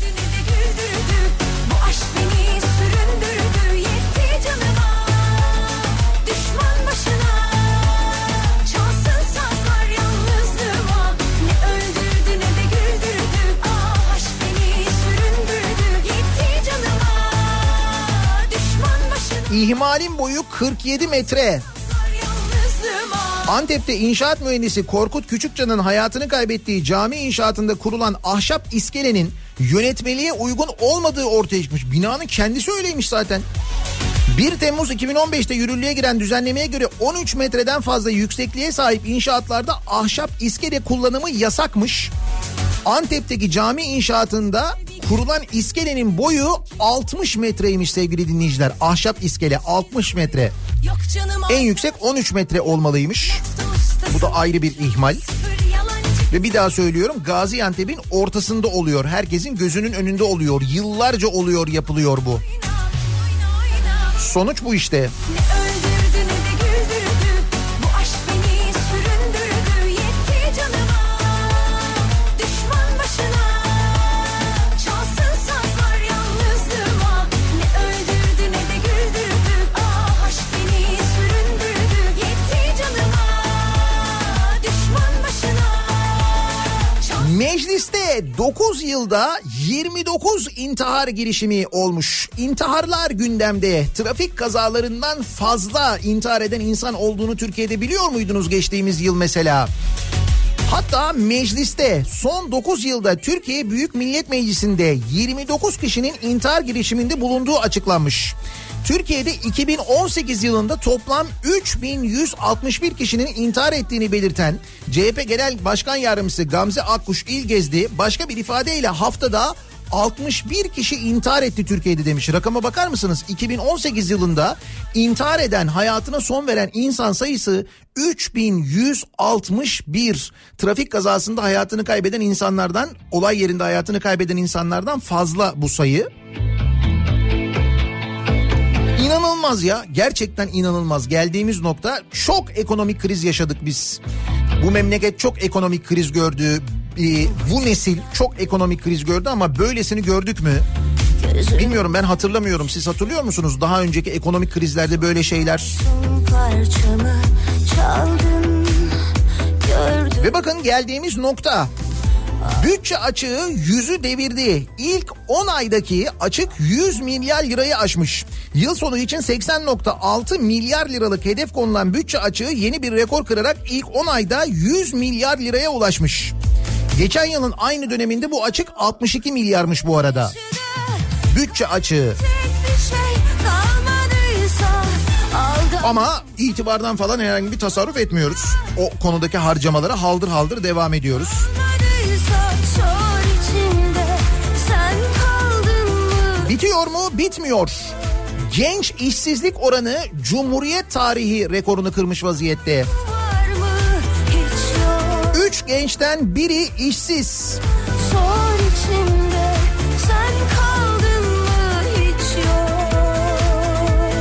İhmalin boyu kırk yedi metre. Antep'te inşaat mühendisi Korkut Küçükcan'ın hayatını kaybettiği cami inşaatında kurulan ahşap iskelenin yönetmeliğe uygun olmadığı ortaya çıkmış. Binanın kendisi öyleymiş zaten. bir Temmuz iki bin on beşte yürürlüğe giren düzenlemeye göre on üç metreden fazla yüksekliğe sahip inşaatlarda ahşap iskele kullanımı yasakmış. Antep'teki cami inşaatında kurulan iskelenin boyu altmış metreymiş sevgili dinleyiciler. Ahşap iskele altmış metre. En yüksek on üç metre olmalıymış. Bu da ayrı bir ihmal. Ve bir daha söylüyorum, Gaziantep'in ortasında oluyor. Herkesin gözünün önünde oluyor. Yıllarca oluyor, yapılıyor bu. Sonuç bu işte. Mecliste dokuz yılda yirmi dokuz intihar girişimi olmuş. İntiharlar gündemde. Trafik kazalarından fazla intihar eden insan olduğunu Türkiye'de biliyor muydunuz geçtiğimiz yıl mesela? Hatta mecliste son dokuz yılda Türkiye Büyük Millet Meclisi'nde yirmi dokuz kişinin intihar girişiminde bulunduğu açıklanmış. Türkiye'de iki bin on sekiz yılında toplam üç bin yüz altmış bir kişinin intihar ettiğini belirten C H P Genel Başkan Yardımcısı Gamze Akkuş İlgezdi başka bir ifadeyle haftada altmış bir kişi intihar etti Türkiye'de demiş. Rakama bakar mısınız? iki bin on sekiz yılında intihar eden, hayatına son veren insan sayısı üç bin yüz altmış bir. Trafik kazasında hayatını kaybeden insanlardan, olay yerinde hayatını kaybeden insanlardan fazla bu sayı. İnanılmaz ya, gerçekten inanılmaz. Geldiğimiz nokta, çok ekonomik kriz yaşadık biz. Bu memleket çok ekonomik kriz gördü. e, bu nesil çok ekonomik kriz gördü ama böylesini gördük mü? Bilmiyorum, ben hatırlamıyorum. Siz hatırlıyor musunuz? Daha önceki ekonomik krizlerde böyle şeyler. Parçamı çaldın, gördüm. Ve bakın geldiğimiz nokta. Bütçe açığı yüzü devirdi. İlk on aydaki açık yüz milyar lirayı aşmış. Yıl sonu için seksen nokta altı milyar liralık hedef konulan bütçe açığı yeni bir rekor kırarak ilk on ayda yüz milyar liraya ulaşmış. Geçen yılın aynı döneminde bu açık altmış iki milyarmış bu arada. Bütçe açığı. Ama itibardan falan herhangi bir tasarruf etmiyoruz. O konudaki harcamalara haldır haldır devam ediyoruz. Bitiyor mu? Bitmiyor. Genç işsizlik oranı Cumhuriyet tarihi rekorunu kırmış vaziyette. Üç gençten biri işsiz. Sor içinde, sen kaldın mı hiç yok.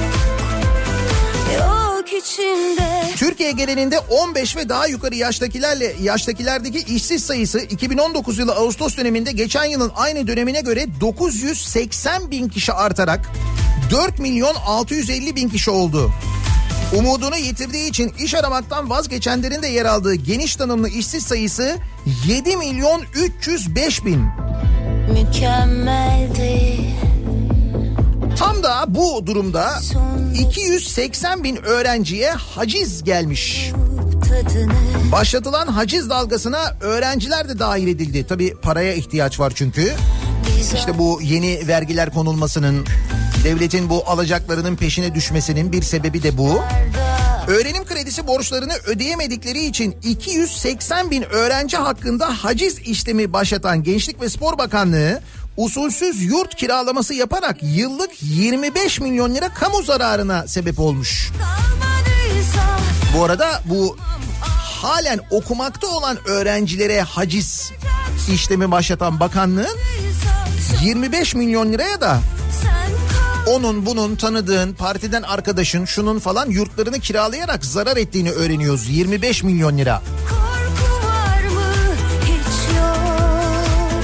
Yok içinde. Türkiye genelinde on beş ve daha yukarı yaştakilerle yaştakilerdeki işsiz sayısı iki bin on dokuz yılı Ağustos döneminde geçen yılın aynı dönemine göre dokuz yüz seksen bin kişi artarak dört milyon altı yüz elli bin kişi oldu. Umudunu yitirdiği için iş aramaktan vazgeçenlerin de yer aldığı geniş tanımlı işsiz sayısı yedi milyon üç yüz beş bin. Mükemmeldi. Tam da bu durumda iki yüz seksen bin öğrenciye haciz gelmiş. Başlatılan haciz dalgasına öğrenciler de dahil edildi. Tabii paraya ihtiyaç var çünkü. İşte bu yeni vergiler konulmasının, devletin bu alacaklarının peşine düşmesinin bir sebebi de bu. Öğrenim kredisi borçlarını ödeyemedikleri için iki yüz seksen bin öğrenci hakkında haciz işlemi başlatan Gençlik ve Spor Bakanlığı usulsüz yurt kiralaması yaparak yıllık yirmi beş milyon lira kamu zararına sebep olmuş. Bu arada bu halen okumakta olan öğrencilere haciz işlemi başlatan bakanlığın yirmi beş milyon liraya da onun bunun tanıdığın partiden arkadaşın şunun falan yurtlarını kiralayarak zarar ettiğini öğreniyoruz. yirmi beş milyon lira. Korku var mı hiç yok.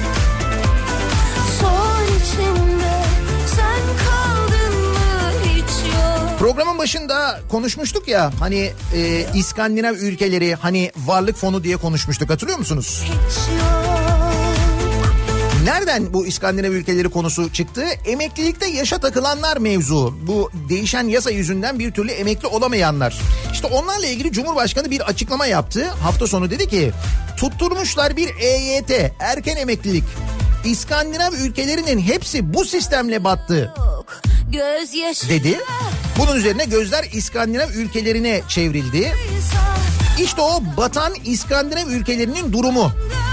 Sor içinde, sen kaldın mı hiç yok. Programın başında konuşmuştuk ya hani e, İskandinav ülkeleri, hani varlık fonu diye konuşmuştuk, hatırlıyor musunuz? Hiç yok. Nereden bu İskandinav ülkeleri konusu çıktı? Emeklilikte yaşa takılanlar mevzu. Bu değişen yasa yüzünden bir türlü emekli olamayanlar. İşte onlarla ilgili Cumhurbaşkanı bir açıklama yaptı. Hafta sonu dedi ki tutturmuşlar bir E Y T, erken emeklilik. İskandinav ülkelerinin hepsi bu sistemle battı dedi. Bunun üzerine gözler İskandinav ülkelerine çevrildi. İşte o batan İskandinav ülkelerinin durumu.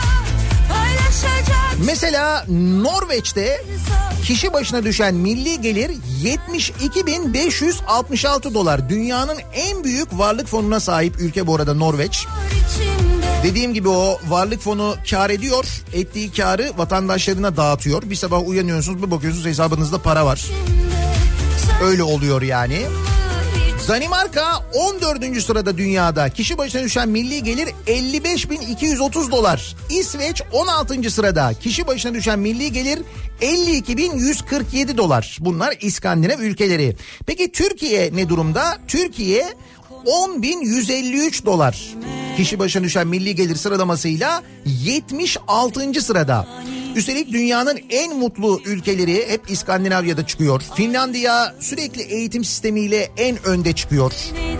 Mesela Norveç'te kişi başına düşen milli gelir yetmiş iki bin beş yüz altmış altı dolar. Dünyanın en büyük varlık fonuna sahip ülke bu arada Norveç. Dediğim gibi o varlık fonu kar ediyor. Ettiği karı vatandaşlarına dağıtıyor. Bir sabah uyanıyorsunuz, bir bakıyorsunuz hesabınızda para var. Öyle oluyor yani. Danimarka on dördüncü sırada dünyada. Kişi başına düşen milli gelir elli beş bin iki yüz otuz dolar. İsveç on altıncı sırada. Kişi başına düşen milli gelir elli iki bin yüz kırk yedi dolar. Bunlar İskandinav ülkeleri. Peki Türkiye ne durumda? Türkiye on bin yüz elli üç dolar. Kişi başına düşen milli gelir sıralamasıyla yetmiş altıncı sırada. Üstelik dünyanın en mutlu ülkeleri hep İskandinavya'da çıkıyor. Finlandiya sürekli eğitim sistemiyle en önde çıkıyor.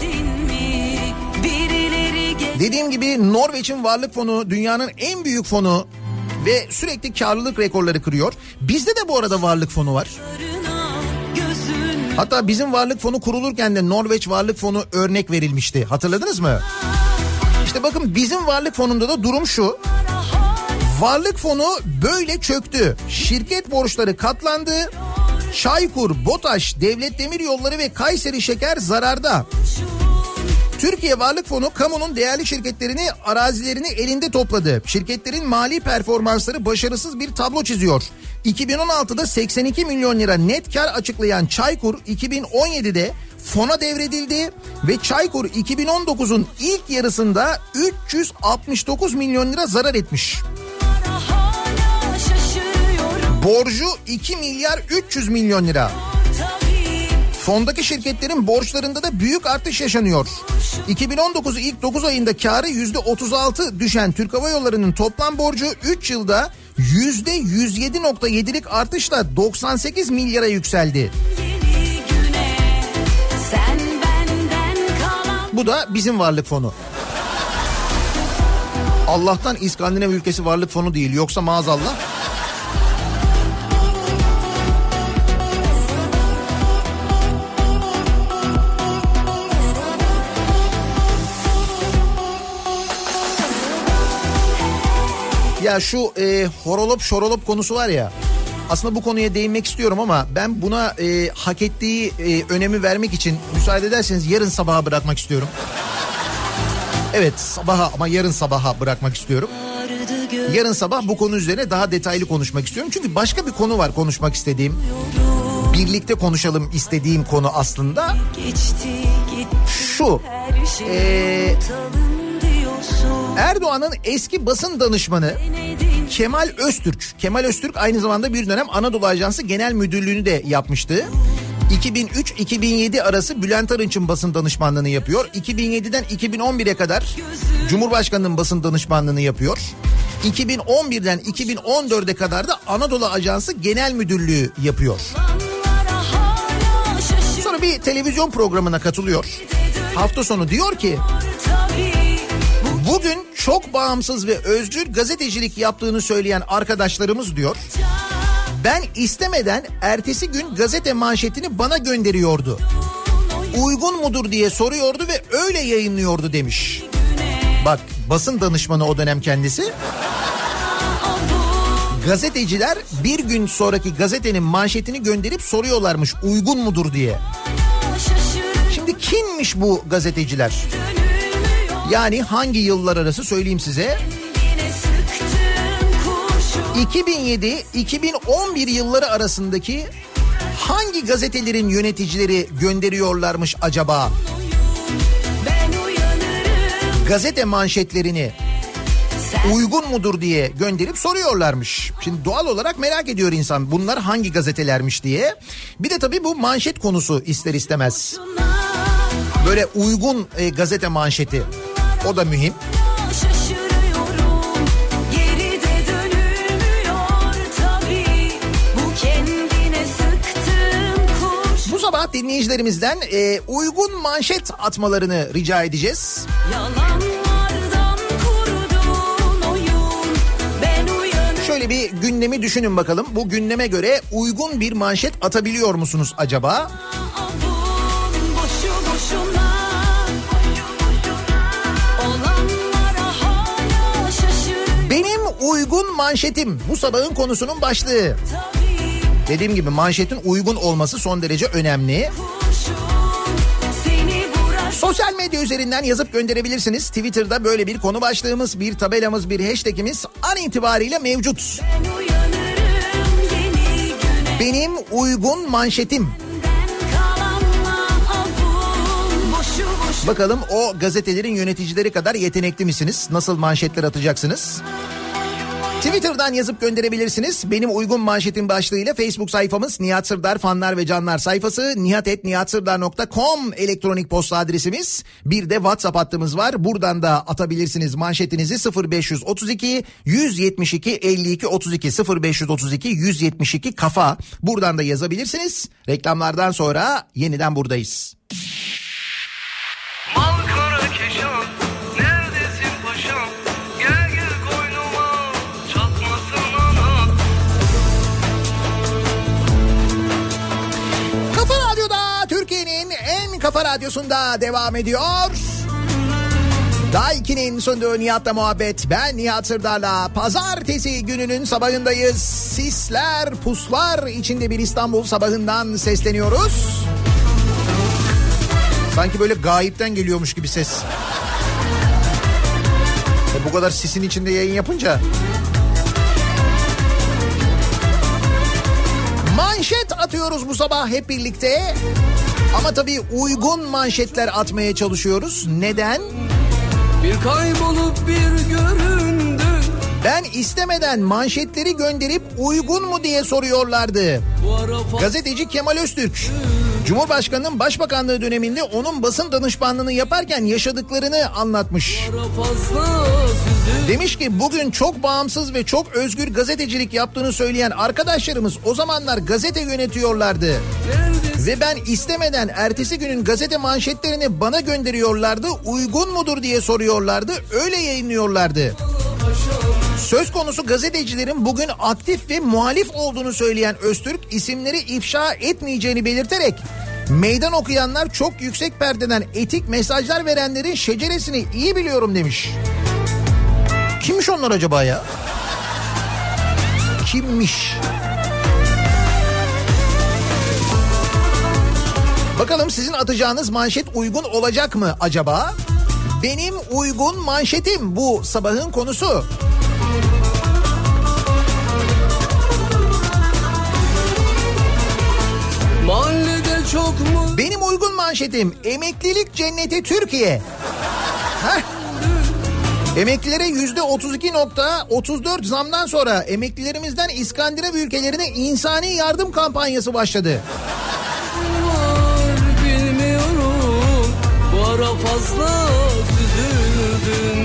Dediğim gibi Norveç'in varlık fonu dünyanın en büyük fonu ve sürekli karlılık rekorları kırıyor. Bizde de bu arada varlık fonu var. Hatta bizim varlık fonu kurulurken de Norveç varlık fonu örnek verilmişti. Hatırladınız mı? İşte bakın bizim varlık fonunda da durum şu. Varlık fonu böyle çöktü. Şirket borçları katlandı. Çaykur, BOTAŞ, Devlet Demiryolları ve Kayseri Şeker zararda. Türkiye Varlık Fonu kamunun değerli şirketlerini, arazilerini elinde topladı. Şirketlerin mali performansları başarısız bir tablo çiziyor. iki bin on altıda seksen iki milyon lira net kar açıklayan Çaykur iki bin on yedide fona devredildi ve Çaykur iki bin on dokuzun ilk yarısında üç yüz altmış dokuz milyon lira zarar etmiş. Borcu iki milyar üç yüz milyon lira. Fondaki şirketlerin borçlarında da büyük artış yaşanıyor. iki bin on dokuz ilk dokuz ayında karı yüzde otuz altı düşen Türk Hava Yolları'nın toplam borcu üç yılda yüzde yüz yedi virgül yedilik artışla doksan sekiz milyara yükseldi. Bu da bizim varlık fonu. Allah'tan İskandinav ülkesi varlık fonu değil, yoksa maazallah. Ya şu e, horolop şorolop konusu var ya, aslında bu konuya değinmek istiyorum ama ben buna e, hak ettiği e, önemi vermek için müsaade ederseniz yarın sabaha bırakmak istiyorum. Evet, sabaha, ama yarın sabaha bırakmak istiyorum. Yarın sabah bu konu üzerine daha detaylı konuşmak istiyorum. Çünkü başka bir konu var konuşmak istediğim. Birlikte konuşalım istediğim konu aslında. Şu. Eee... Erdoğan'ın eski basın danışmanı Kemal Öztürk. Kemal Öztürk aynı zamanda bir dönem Anadolu Ajansı Genel Müdürlüğünü de yapmıştı. iki bin üç iki bin yedi arası Bülent Arınç'ın basın danışmanlığını yapıyor. iki bin yediden iki bin on bire kadar Cumhurbaşkanı'nın basın danışmanlığını yapıyor. iki bin on birden iki bin on dörde kadar da Anadolu Ajansı Genel Müdürlüğü yapıyor. Sonra bir televizyon programına katılıyor. Hafta sonu diyor ki... Bugün çok bağımsız ve özgür gazetecilik yaptığını söyleyen arkadaşlarımız diyor, ben istemeden ertesi gün gazete manşetini bana gönderiyordu. Uygun mudur diye soruyordu ve öyle yayınlıyordu demiş. Bak, basın danışmanı o dönem kendisi. Gazeteciler bir gün sonraki gazetenin manşetini gönderip soruyorlarmış uygun mudur diye. Şimdi kimmiş bu gazeteciler? Yani hangi yıllar arası söyleyeyim size. iki bin yedi iki bin on bir yılları arasındaki hangi gazetelerin yöneticileri gönderiyorlarmış acaba? Gazete manşetlerini uygun mudur diye gönderip soruyorlarmış. Şimdi doğal olarak merak ediyor insan, bunlar hangi gazetelermiş diye. Bir de tabii bu manşet konusu ister istemez. Böyle uygun e, gazete manşeti. O da mühim. Bu sabah dinleyicilerimizden e, uygun manşet atmalarını rica edeceğiz. Şöyle bir gündemi düşünün bakalım. Bu gündeme göre uygun bir manşet atabiliyor musunuz acaba? Benim uygun manşetim bu sabahın konusunun başlığı. Dediğim gibi manşetin uygun olması son derece önemli. Sosyal medya üzerinden yazıp gönderebilirsiniz. Twitter'da böyle bir konu başlığımız, bir tabelamız, bir hashtagimiz an itibariyle mevcut. Benim uygun manşetim. Bakalım o gazetelerin yöneticileri kadar yetenekli misiniz? Nasıl manşetler atacaksınız? Twitter'dan yazıp gönderebilirsiniz. Benim uygun manşetim başlığıyla Facebook sayfamız Nihat Sırdar fanlar ve canlar sayfası, nihat et nihat sırdar nokta com elektronik posta adresimiz. Bir de WhatsApp hattımız var. Buradan da atabilirsiniz manşetinizi. sıfır beş otuz iki yüz yetmiş iki elli iki otuz iki sıfır beş otuz iki yüz yetmiş iki kafa. Buradan da yazabilirsiniz. Reklamlardan sonra yeniden buradayız. Malkara Keşan, neredesin paşam? Gel gel koynuma, çatmasın ana. Kafa Radyo'da, Türkiye'nin en kafa radyosunda devam ediyor. Daha ikinin sunduğu Nihat'la muhabbet. Ben Nihat Sırdar'la pazartesi gününün sabahındayız. Sisler, puslar içinde bir İstanbul sabahından sesleniyoruz. Sanki böyle gayipten geliyormuş gibi ses. E bu kadar sisin içinde yayın yapınca. Manşet atıyoruz bu sabah hep birlikte. Ama tabii uygun manşetler atmaya çalışıyoruz. Neden? Bir kaybolup bir göründü. Ben istemeden manşetleri gönderip uygun mu diye soruyorlardı. Gazeteci Kemal Öztürk, Cumhurbaşkanı'nın Başbakanlığı döneminde onun basın danışmanlığını yaparken yaşadıklarını anlatmış. Demiş ki bugün çok bağımsız ve çok özgür gazetecilik yaptığını söyleyen arkadaşlarımız o zamanlar gazete yönetiyorlardı. Ve ben istemeden ertesi günün gazete manşetlerini bana gönderiyorlardı. Uygun mudur diye soruyorlardı. Öyle yayınlıyorlardı. Söz konusu gazetecilerin bugün aktif ve muhalif olduğunu söyleyen Öztürk isimleri ifşa etmeyeceğini belirterek meydan okuyanlar çok yüksek perdeden etik mesajlar verenlerin şeceresini iyi biliyorum demiş. Kimmiş onlar acaba ya? Kimmiş? Bakalım sizin atacağınız manşet uygun olacak mı acaba? Benim uygun manşetim bu sabahın konusu. Mahallede çok mu? Benim uygun manşetim emeklilik cenneti Türkiye. Heh. Emeklilere yüzde otuz iki nokta otuz dört zamdan sonra emeklilerimizden İskandinav ülkelerine insani yardım kampanyası başladı. Var, bilmiyorum. Bu ara fazla süzüldün.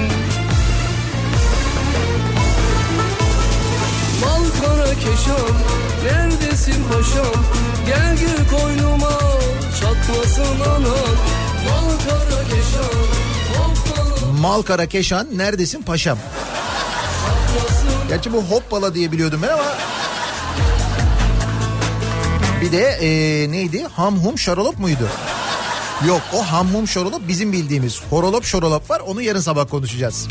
Malkara Keşan, neredesin paşam? Gel gül koynuma, çatmasın anan. Malkara Keşan, hoppala. Malkara Keşan, neredesin paşam? Gerçi bu hoppala diye biliyordum ben ama. Bir de ee, neydi? Hamhum şarolop muydu? Yok, o hamhum şarolop bizim bildiğimiz. Horolop şarolop var, onu yarın sabah konuşacağız.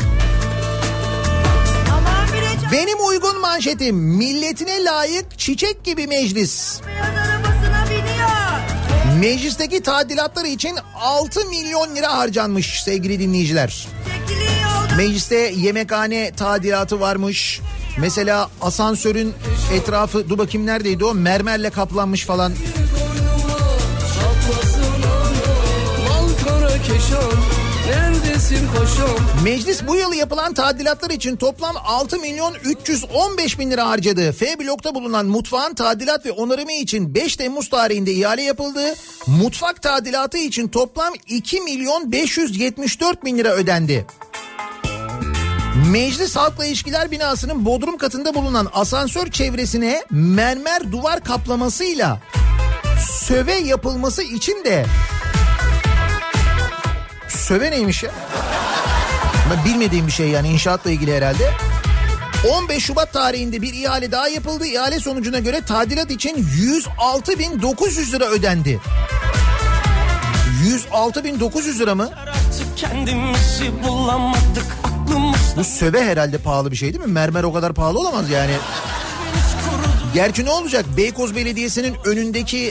Benim uygun manşetim milletine layık çiçek gibi meclis. Meclisteki tadilatlar için altı milyon lira harcanmış sevgili dinleyiciler. Mecliste yemekhane tadilatı varmış. Mesela asansörün etrafı, dur bakayım neredeydi o, mermerle kaplanmış falan. Meclis bu yıl yapılan tadilatlar için toplam altı milyon üç yüz on beş bin lira harcadı. F blokta bulunan mutfağın tadilat ve onarımı için beş Temmuz tarihinde ihale yapıldı. Mutfak tadilatı için toplam iki milyon beş yüz yetmiş dört bin lira ödendi. Meclis Halkla İlişkiler binasının bodrum katında bulunan asansör çevresine mermer duvar kaplamasıyla söve yapılması için de... Söve neymiş ya? Ben bilmediğim bir şey yani, inşaatla ilgili herhalde. on beş Şubat tarihinde bir ihale daha yapıldı. İhale sonucuna göre tadilat için yüz altı bin dokuz yüz lira ödendi. yüz altı bin dokuz yüz lira mı? Kendimizi bulamadık, aklımız... Bu söve herhalde pahalı bir şey değil mi? Mermer o kadar pahalı olamaz yani. Gerçi ne olacak? Beykoz Belediyesi'nin önündeki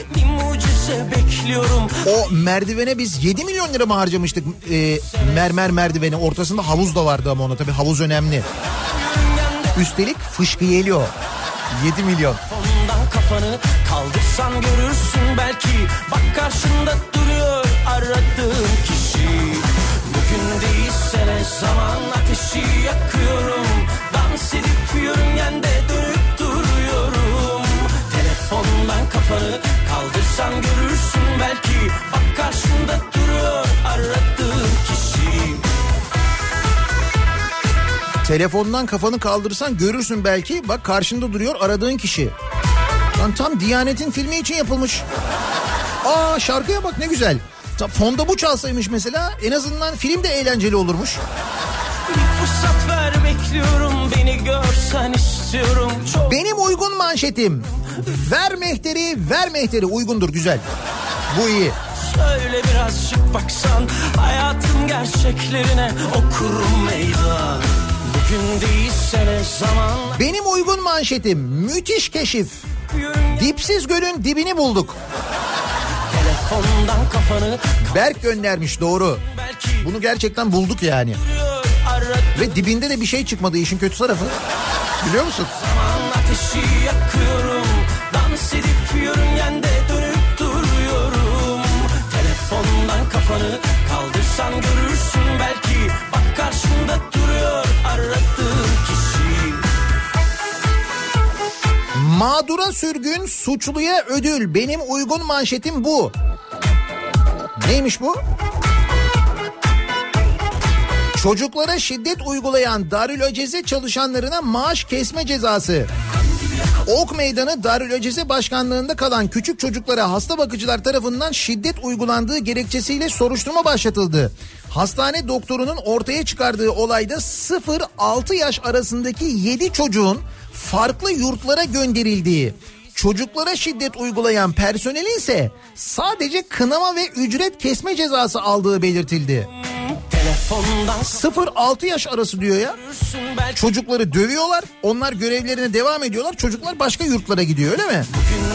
o merdivene biz yedi milyon lira mı harcamıştık? Ee, mermer merdiveni, ortasında havuz da vardı ama ona tabii havuz önemli. Üstelik fışkıyeliyor. yedi milyon. Ondan kafanı kaldırsan görürsün belki. Bak karşında duruyor aradığın kişi. Bugün değilse ne zaman ateşi yakıyorum. Dans edip yörüngende dönüp duruyorum. Telefondan kafanı kaldırsan görürsün belki. Bak karşında duruyor aradığın kişi. Telefondan kafanı kaldırırsan görürsün belki. Bak karşında duruyor aradığın kişi. Lan tam Diyanet'in filmi için yapılmış. Aa, şarkıya bak ne güzel. Fonda bu çalsaymış mesela, en azından film de eğlenceli olurmuş. Bir fırsat ver, bekliyorum, beni görsen istiyorum. Çok... Benim uygun manşetim. Ver mehteri, ver mehteri. Uygundur, güzel. Bu iyi. Şöyle birazcık baksan hayatın gerçeklerine, okurum meydan. Bugün değilse ne zaman. Benim uygun manşetim müthiş keşif. Dipsiz gölün dibini bulduk. Telefondan kafanı Berk göndermiş, doğru. Bunu gerçekten bulduk yani. Ve dibinde de bir şey çıkmadı, işin kötü tarafı. Biliyor musun? Zaman ateşi yakıyorum. Dans edip yörüngende dönüp duruyorum. Telefondan kafanı kaldırsan görürsün belki. Bak karşında duruyor aradığın kişi. Mağdura sürgün, suçluya ödül. Benim uygun manşetim bu. Neymiş bu? Çocuklara şiddet uygulayan Darülaceze çalışanlarına maaş kesme cezası. Ok Meydanı Darülaceze Başkanlığı'nda kalan küçük çocuklara hasta bakıcılar tarafından şiddet uygulandığı gerekçesiyle soruşturma başlatıldı. Hastane doktorunun ortaya çıkardığı olayda sıfır altı yaş arasındaki yedi çocuğun farklı yurtlara gönderildiği, çocuklara şiddet uygulayan personelin ise sadece kınama ve ücret kesme cezası aldığı belirtildi. sıfır altı yaş arası diyor ya. Çocukları dövüyorlar, onlar görevlerine devam ediyorlar, çocuklar başka yurtlara gidiyor, öyle mi?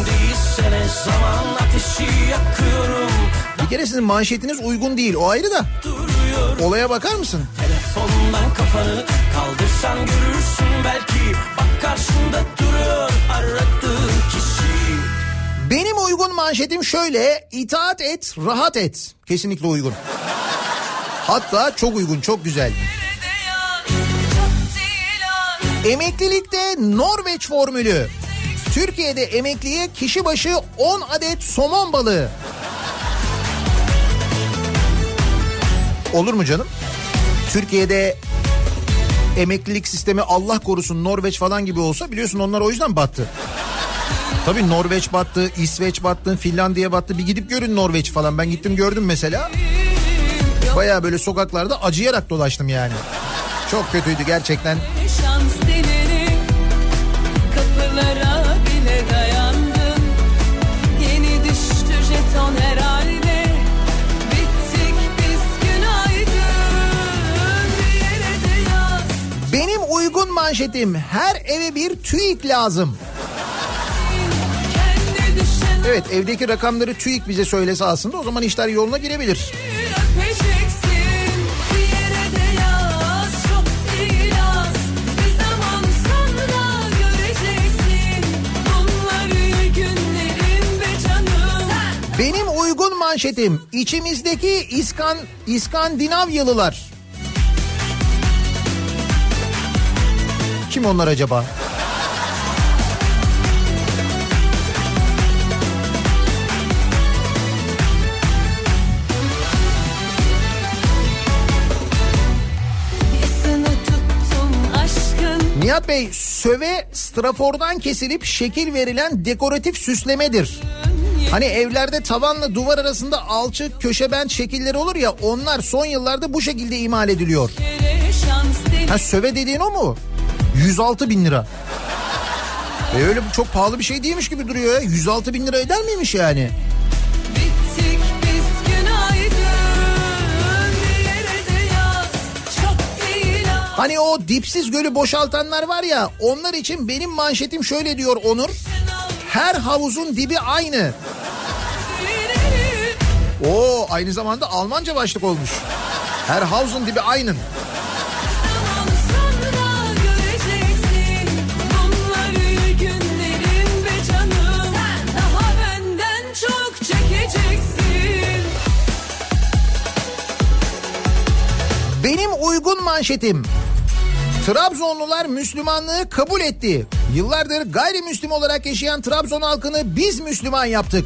Bir kere sizin manşetiniz uygun değil, o ayrı da. Olaya bakar mısın? Telefondan kafanı kaldırsan görürsün belki. Bak karşında duruyor aradığın kişi. Benim uygun manşetim şöyle: itaat et, rahat et. Kesinlikle uygun. Hatta çok uygun, çok güzel. Emeklilikte Norveç formülü. Türkiye'de emekliye kişi başı on adet somon balığı. Olur mu canım? Türkiye'de emeklilik sistemi Allah korusun Norveç falan gibi olsa, biliyorsun onlar o yüzden battı. Tabii Norveç battı, İsveç battı, Finlandiya battı. Bir gidip görün Norveç falan. Ben gittim gördüm mesela. Baya böyle sokaklarda acıyarak dolaştım yani. Çok kötüydü gerçekten. Şans deneri, kapılara bile dayandın. Yeni düştü jeton herhalde. Bittik biz günaydın. Bir yere de yaz. Benim uygun manşetim: her eve bir TÜİK lazım. Kendi düşen Evet, evdeki rakamları TÜİK bize söylese aslında o zaman işler yoluna girebilir. öpeceksin. Bir yere de yaz. Çok değil az. Bir zaman sonra göreceksin. Bunları günlerin be canım. Benim uygun manşetim: içimizdeki İskan, İskandinavyalılar. Kim onlar acaba? Yasını tuttum aşkın. Nihat Bey, söve strafordan kesilip şekil verilen dekoratif süslemedir. Hani evlerde tavanla duvar arasında alçı köşebent şekilleri olur ya, onlar son yıllarda bu şekilde imal ediliyor. Şans deneri. Ha, söve dediğin o mu? yüz altı bin lira. E öyle çok pahalı bir şey değilmiş gibi duruyor ya. yüz altı bin lira eder miymiş yani? Bittik biz günaydın. Bir yere de yaz. Çok değil az. Hani o dipsiz gölü boşaltanlar var ya, onlar için benim manşetim şöyle diyor Onur: her havuzun dibi aynı. Oo, aynı zamanda Almanca başlık olmuş. Her havuzun dibi aynı. Zaman sonra göreceksin. Bunları günlerin be canım. Daha benden çok çekeceksin. Benim uygun manşetim: Trabzonlular Müslümanlığı kabul etti. Yıllardır gayrimüslim olarak yaşayan Trabzon halkını biz Müslüman yaptık.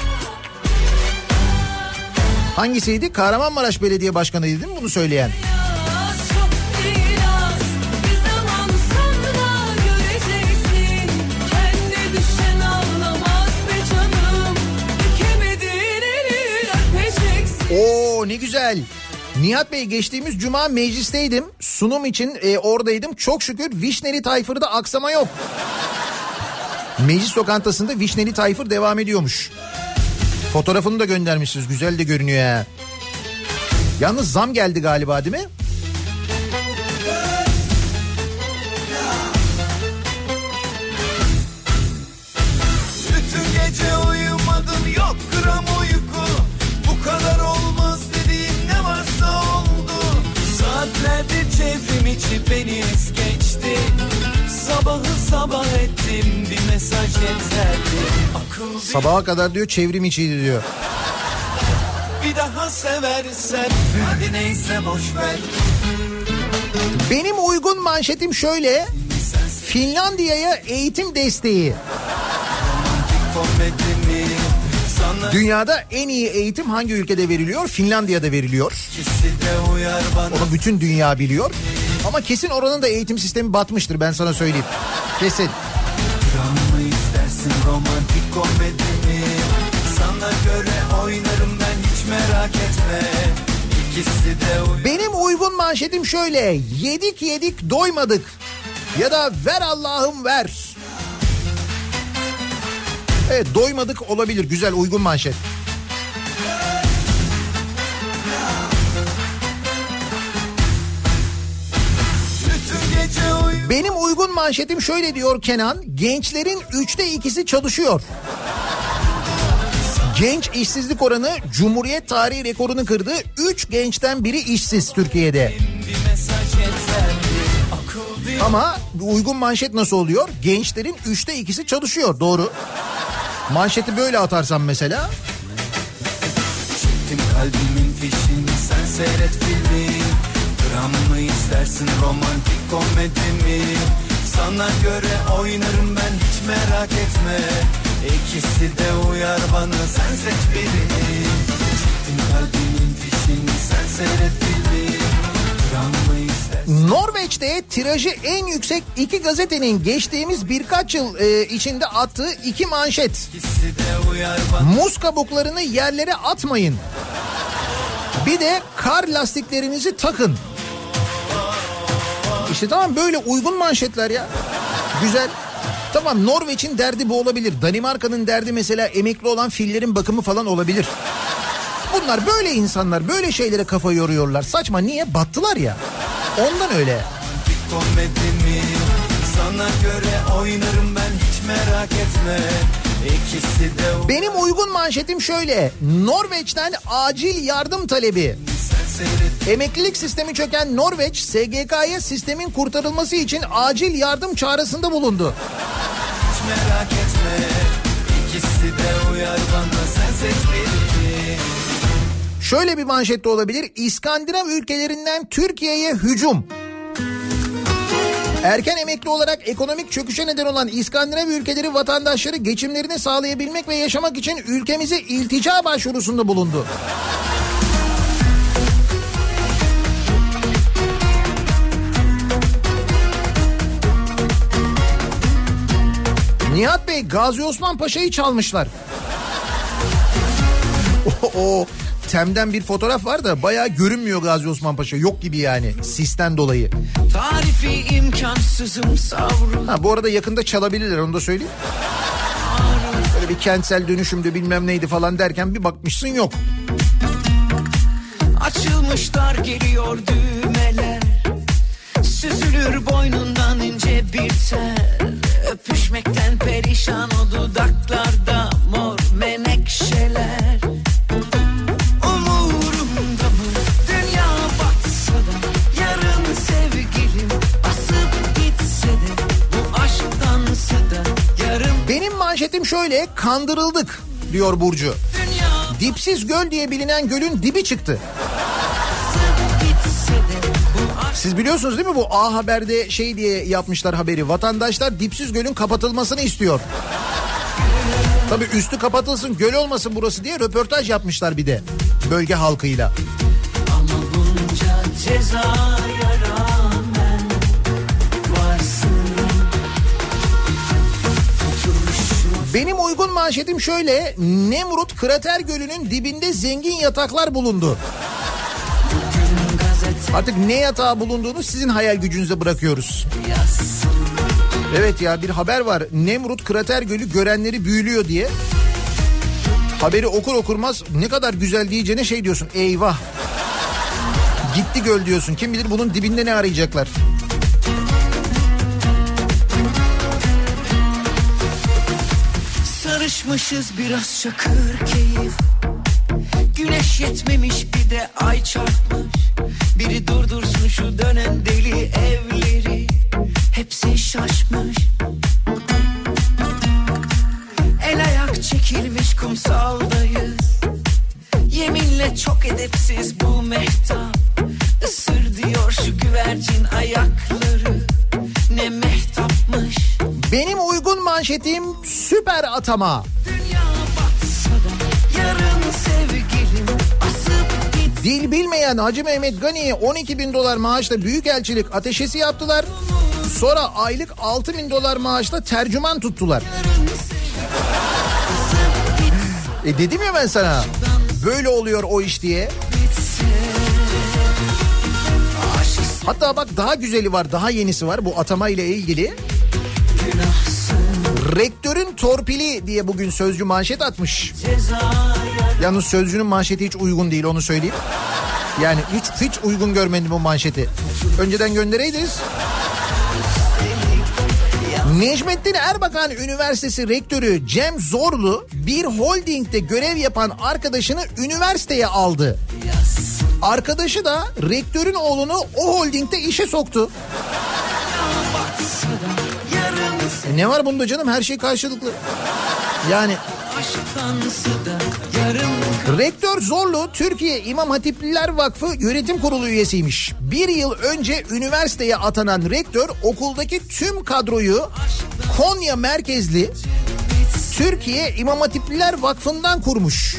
Hangisiydi? Kahramanmaraş Belediye Başkanı'ydı değil mi bunu söyleyen? Yaz çok değil az. Bir zaman sonra göreceksin. Kendi düşen ağlamaz be canım. Dikemediğin eli öpeceksin. Oo, ne güzel. Nihat Bey, geçtiğimiz cuma meclisteydim. Sunum için e, oradaydım. Çok şükür Vişneli Tayfır'da aksama yok. Meclis lokantasında Vişneli Tayfır devam ediyormuş. Fotoğrafını da göndermişsiniz. Güzel de görünüyor ya. Yalnız zam geldi galiba, değil mi? Bütün gece uyumadım, yok gram uyku. benim bir mesaj yeterdi. Akıl Sabaha kadar diyor çevrim içiydi diyor. bir daha seversen hadi neyse boş ver. Benim uygun manşetim şöyle. Finlandiya'ya eğitim desteği. Komedimi sana Dünyada en iyi eğitim hangi ülkede veriliyor? Finlandiya'da veriliyor. ikisi de uyar bana. Onu bütün dünya biliyor. Ama kesin oranın da eğitim sistemi batmıştır, ben sana söyleyeyim. Kesin. Dram mı istersin romantik komedimi? Sana göre oynarım ben, hiç merak etme. İkisi de uyar. Benim uygun manşetim şöyle. Yedik yedik doymadık. Ya da ver Allah'ım ver. Evet, doymadık olabilir. Güzel, uygun manşet. Benim uygun manşetim şöyle diyor Kenan. Gençlerin üçte ikisi çalışıyor. Genç işsizlik oranı Cumhuriyet tarihi rekorunu kırdı. Üç gençten biri işsiz Türkiye'de. Ama uygun manşet nasıl oluyor? Gençlerin üçte ikisi çalışıyor. Doğru. Manşeti böyle atarsam mesela. Çektim kalbimin fişini, sen seyret filmi. Dram mı istersin romantik komedimi? Sana göre oynarım ben, hiç merak etme. İkisi de uyar bana, sen seç birini. Çektim kalbimin fişini, sen seyret filmi. Dram mı istersin? Norveç'te tirajı en yüksek iki gazetenin geçtiğimiz birkaç yıl e, içinde attığı iki manşet. İkisi de uyar bana. Muz kabuklarını yerlere atmayın. Bir de kar lastiklerinizi takın. İşte tamam, böyle uygun manşetler ya. Güzel. Tamam, Norveç'in derdi bu olabilir. Danimarka'nın derdi mesela emekli olan fillerin bakımı falan olabilir. Bunlar böyle insanlar, böyle şeylere kafa yoruyorlar. Saçma, niye? Battılar ya. Ondan öyle. Komedimi sana göre oynarım ben, hiç merak etme. İkisi de Benim uygun manşetim şöyle. Norveç'ten acil yardım talebi. Emeklilik sistemi çöken Norveç, S G K'ya sistemin kurtarılması için acil yardım çağrısında bulundu. hiç merak etme. İkisi de uyar bana, sen seç birini. Şöyle bir manşet de olabilir. İskandinav ülkelerinden Türkiye'ye hücum. Erken emekli olarak ekonomik çöküşe neden olan İskandinav ülkeleri vatandaşları geçimlerini sağlayabilmek ve yaşamak için ülkemize iltica başvurusunda bulundu. Nihat Bey, Gazi Osman Paşa'yı çalmışlar. O, o Tem'den bir fotoğraf var da bayağı görünmüyor Gazi Osman Paşa. Yok gibi yani, sisten dolayı. Tarifi imkansızım savrul. Ha, bu arada yakında çalabilirler, onu da söyleyeyim. Böyle bir kentsel dönüşümdü bilmem neydi falan derken bir bakmışsın yok. Açılmışlar geliyor düğmeler. Süzülür boynundan ince bir tel. Öpüşmekten perişan o dudaklarda mor menekşeler. Umurumda mı dünya batsa da, yarın sevgilim asıp gitse de, bu aşktansa da yarın. Benim manşetim şöyle. Kandırıldık diyor Burcu. Dünya Dipsiz Göl diye bilinen gölün dibi çıktı. asıp gitse de, bu aşk. Siz biliyorsunuz değil mi, bu A Haber'de şey diye yapmışlar haberi. Vatandaşlar Dipsiz Göl'ün kapatılmasını istiyor. Tabii üstü kapatılsın, göl olmasın burası diye röportaj yapmışlar bir de bölge halkıyla. Ama bunca cezaya rağmen varsın. Tutulmuşum. Benim uygun manşetim şöyle. Nemrut Krater Gölü'nün dibinde zengin yataklar bulundu. Artık ne yatağı bulunduğunu sizin hayal gücünüze bırakıyoruz. Evet ya, bir haber var. Nemrut Krater Gölü görenleri büyülüyor diye. Haberi okur okurmaz ne kadar güzel diyeceğine şey diyorsun. Eyvah. Gitti göl diyorsun. Kim bilir bunun dibinde ne arayacaklar. Sarışmışız biraz çakır keyif. Güneş yetmemiş bir de ay çarpmış. Biri durdursun şu dönen deli evleri. Hepsi şaşmış. manşetim süper atama. Dünya batsa da yarın sevgilim asıp git. Dil bilmeyen Hacı Mehmet Gani'ye on iki bin dolar maaşla büyükelçilik ateşesi yaptılar. Sonra aylık altı bin dolar maaşla tercüman tuttular. E dedim ya ben sana, böyle oluyor o iş diye. Hatta bak daha güzeli var, daha yenisi var bu atama ile ilgili. Rektörün torpili diye bugün Sözcü manşet atmış. Yalnız Sözcü'nün manşeti hiç uygun değil, onu söyleyeyim. Yani hiç, hiç uygun görmedim bu manşeti. Önceden göndereydiniz. Necmettin Erbakan Üniversitesi Rektörü Cem Zorlu bir holdingde görev yapan arkadaşını üniversiteye aldı. Arkadaşı da rektörün oğlunu o holdingde işe soktu. E ne var bunda canım, her şey karşılıklı. Yani Rektör Zorlu Türkiye İmam Hatipliler Vakfı Yönetim Kurulu üyesiymiş. Bir yıl önce üniversiteye atanan rektör okuldaki tüm kadroyu Konya merkezli Türkiye İmam Hatipliler Vakfı'ndan kurmuş.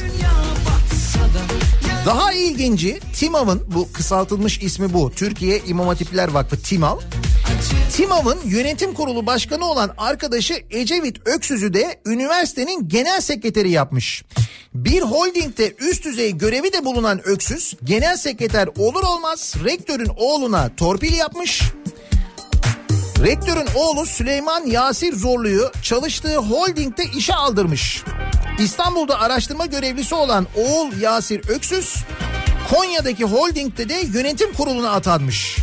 Daha ilginci TİMAV'ın, bu kısaltılmış ismi bu, Türkiye İmam Hatipliler Vakfı TİMAV. TİMAV'ın yönetim kurulu başkanı olan arkadaşı Ecevit Öksüz'ü de üniversitenin genel sekreteri yapmış. Bir holdingde üst düzey görevi de bulunan Öksüz, genel sekreter olur olmaz rektörün oğluna torpil yapmış. Rektörün oğlu Süleyman Yasir Zorlu'yu çalıştığı holdingde işe aldırmış. İstanbul'da araştırma görevlisi olan oğul Yasir Öksüz, Konya'daki holdingde de yönetim kuruluna atanmış.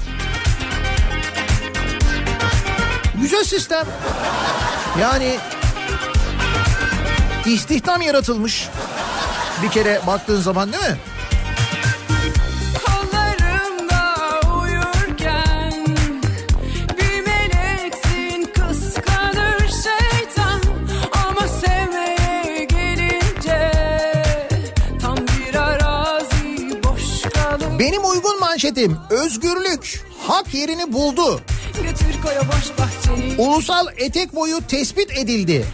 Güzel sistem. Yani istihdam yaratılmış. Bir kere baktığın zaman, değil mi? Kollarımda uyurken bir meleksin, kıskanır şeytan, ama sevmeye gelince tam bir arazi boş kalır. Benim uygun manşetim özgürlük hak yerini buldu. Götür koy o boş bahçeyi. Ulusal etek boyu tespit edildi.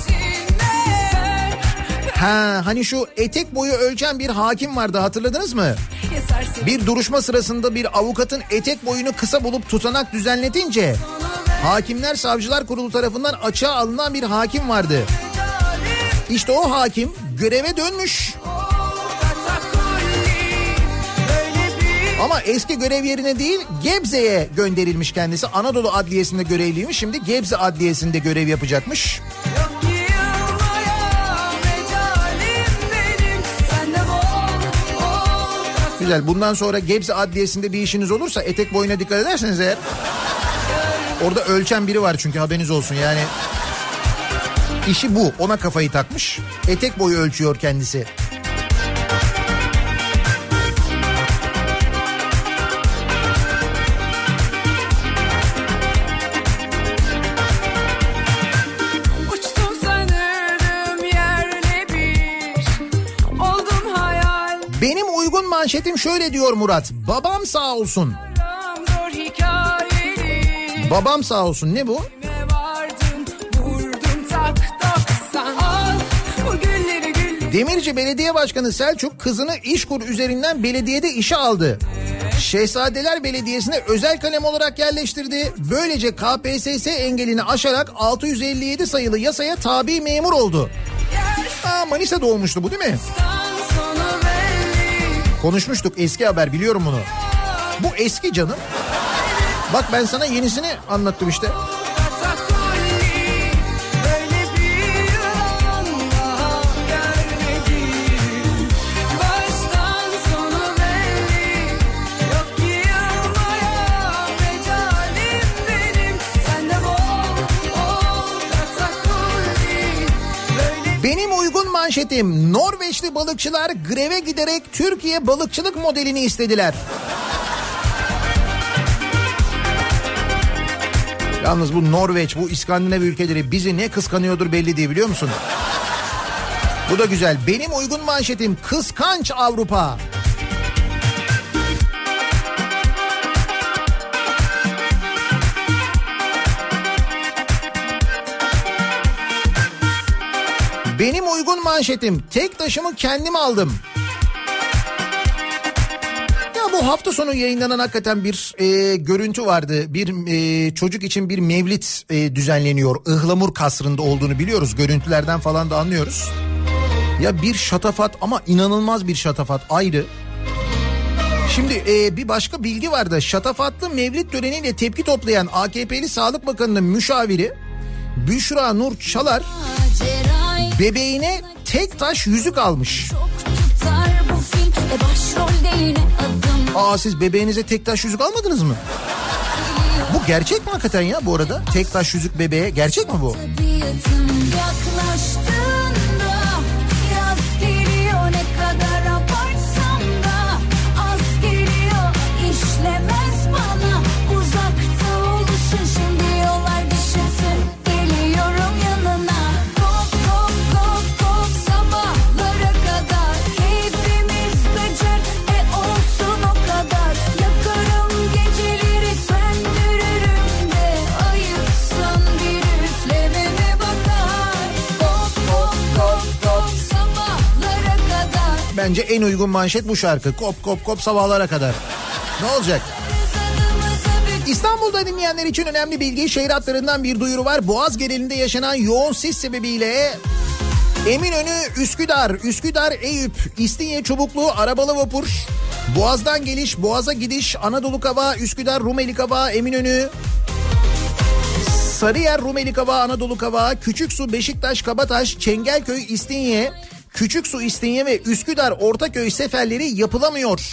Ha, hani şu etek boyu ölçen bir hakim vardı, hatırladınız mı? Bir duruşma sırasında bir avukatın etek boyunu kısa bulup tutanak düzenletince Hakimler Savcılar Kurulu tarafından açığa alınan bir hakim vardı. İşte o hakim göreve dönmüş. Ama eski görev yerine değil, Gebze'ye gönderilmiş kendisi. Anadolu Adliyesi'nde görevliymiş, şimdi Gebze Adliyesi'nde görev yapacakmış. Güzel, bundan sonra Gebze Adliyesi'nde bir işiniz olursa etek boyuna dikkat ederseniz eğer, orada ölçen biri var çünkü, haberiniz olsun yani. İşi bu, ona kafayı takmış, etek boyu ölçüyor kendisi. Benim uygun manşetim şöyle diyor Murat. Babam sağ olsun. Babam sağ olsun, ne bu? Demirci Belediye Başkanı Selçuk kızını İşkur üzerinden belediyede işe aldı. Şehzadeler Belediyesi'ne özel kalem olarak yerleştirdi. Böylece K P S S engelini aşarak altı yüz elli yedi sayılı yasaya tabi memur oldu. Aa, Manisa'da olmuştu bu, değil mi? Konuşmuştuk, eski haber, biliyorum bunu. Bu eski canım. Bak ben sana yenisini anlattım işte. Benim uygun manşetim, Norveçli balıkçılar greve giderek Türkiye balıkçılık modelini istediler. Yalnız bu Norveç, bu İskandinav ülkeleri bizi ne kıskanıyordur belli değil, biliyor musun? Bu da güzel. Benim uygun manşetim, kıskanç Avrupa. Benim uygun manşetim, tek taşımı kendim aldım. Ya bu hafta sonu yayınlanan hakikaten bir e, görüntü vardı. Bir e, çocuk için bir mevlid e, düzenleniyor. Ihlamur Kasrı'nda olduğunu biliyoruz. Görüntülerden falan da anlıyoruz. Ya bir şatafat, ama inanılmaz bir şatafat, ayrı. Şimdi e, bir başka bilgi vardı. Şatafatlı mevlid töreniyle tepki toplayan A K P'li Sağlık Bakanı'nın müşaviri Büşra Nur Çalar bebeğine tek taş yüzük almış. Aa, siz bebeğinize tek taş yüzük almadınız mı? Bu gerçek mi hakikaten ya bu arada? Tek taş yüzük bebeğe gerçek mi bu? Bence en uygun manşet bu şarkı. Kop kop kop sabahlara kadar. Ne olacak? İstanbul'da dinleyenler için önemli bilgi. Şehir hatlarından bir duyuru var. Boğaz genelinde yaşanan yoğun sis sebebiyle Eminönü, Üsküdar, Üsküdar, Eyüp, İstinye, Çubuklu, arabalı vapur, Boğaz'dan geliş, Boğaz'a gidiş, Anadolu Kava, Üsküdar, Rumeli Kava, Eminönü, Sarıyer, Rumeli Kava, Anadolu Kava, Küçüksu, Beşiktaş, Kabataş, Çengelköy, İstinye, Küçüksu, İstinye ve Üsküdar, Ortaköy seferleri yapılamıyor.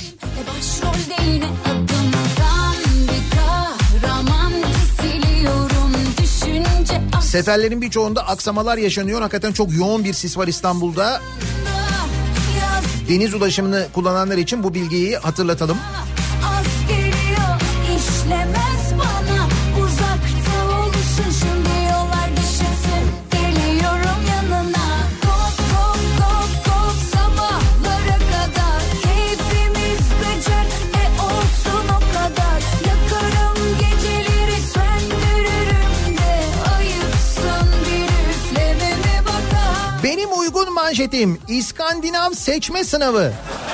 Seferlerin birçoğunda aksamalar yaşanıyor. Hakikaten çok yoğun bir sis var İstanbul'da. Deniz ulaşımını kullananlar için bu bilgiyi hatırlatalım. Az geliyor, işlemez bana, uzakta olursun şimdi yollar düşünsün, geliyorum yanına. Kop kop kop kop sabahlara kadar, keyfimiz kaçar, e olsun o kadar. Yakarım geceleri, söndürürüm de, ayıpsın bir üflememe bakar. Benim uygun manşetim İskandinav seçme sınavı.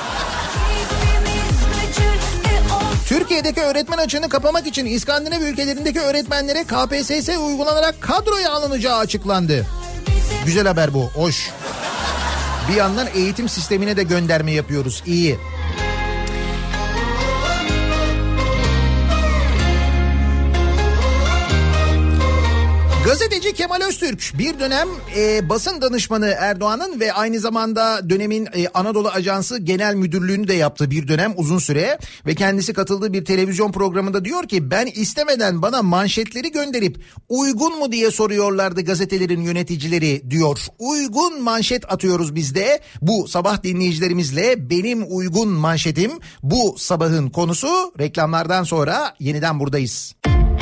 Türkiye'deki öğretmen açığını kapamak için İskandinav ülkelerindeki öğretmenlere K P S S uygulanarak kadroya alınacağı açıklandı. Güzel haber bu, hoş. Bir yandan eğitim sistemine de gönderme yapıyoruz, iyi. Gazeteci Kemal Öztürk bir dönem e, basın danışmanı Erdoğan'ın ve aynı zamanda dönemin e, Anadolu Ajansı Genel Müdürlüğünü de yaptı bir dönem, uzun süre, ve kendisi katıldığı bir televizyon programında diyor ki ben istemeden bana manşetleri gönderip uygun mu diye soruyorlardı gazetelerin yöneticileri diyor. Uygun manşet atıyoruz biz de bu sabah dinleyicilerimizle. Benim uygun manşetim bu sabahın konusu. Reklamlardan sonra yeniden buradayız.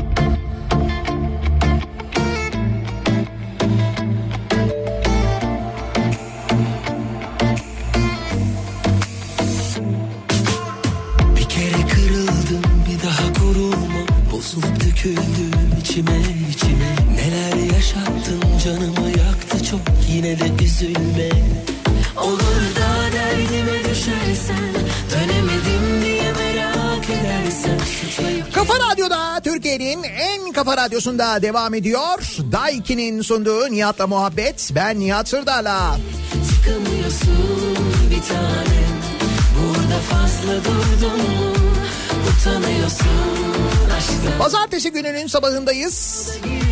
Bozulup döküldüm içime içime, neler yaşattın canımı yaktı çok, yine de üzülme. Olur da derdime düşersen, dönemedim diye merak edersen. Kafa Radyo'da, Türkiye'nin en kafa radyosunda devam ediyor. Daiki'nin sunduğu Nihat'la Muhabbet. Ben Nihat Sırdar'la. Çıkamıyorsun bir tanem, burada fazla durdun mu, utanıyorsun. Pazartesi gününün sabahındayız.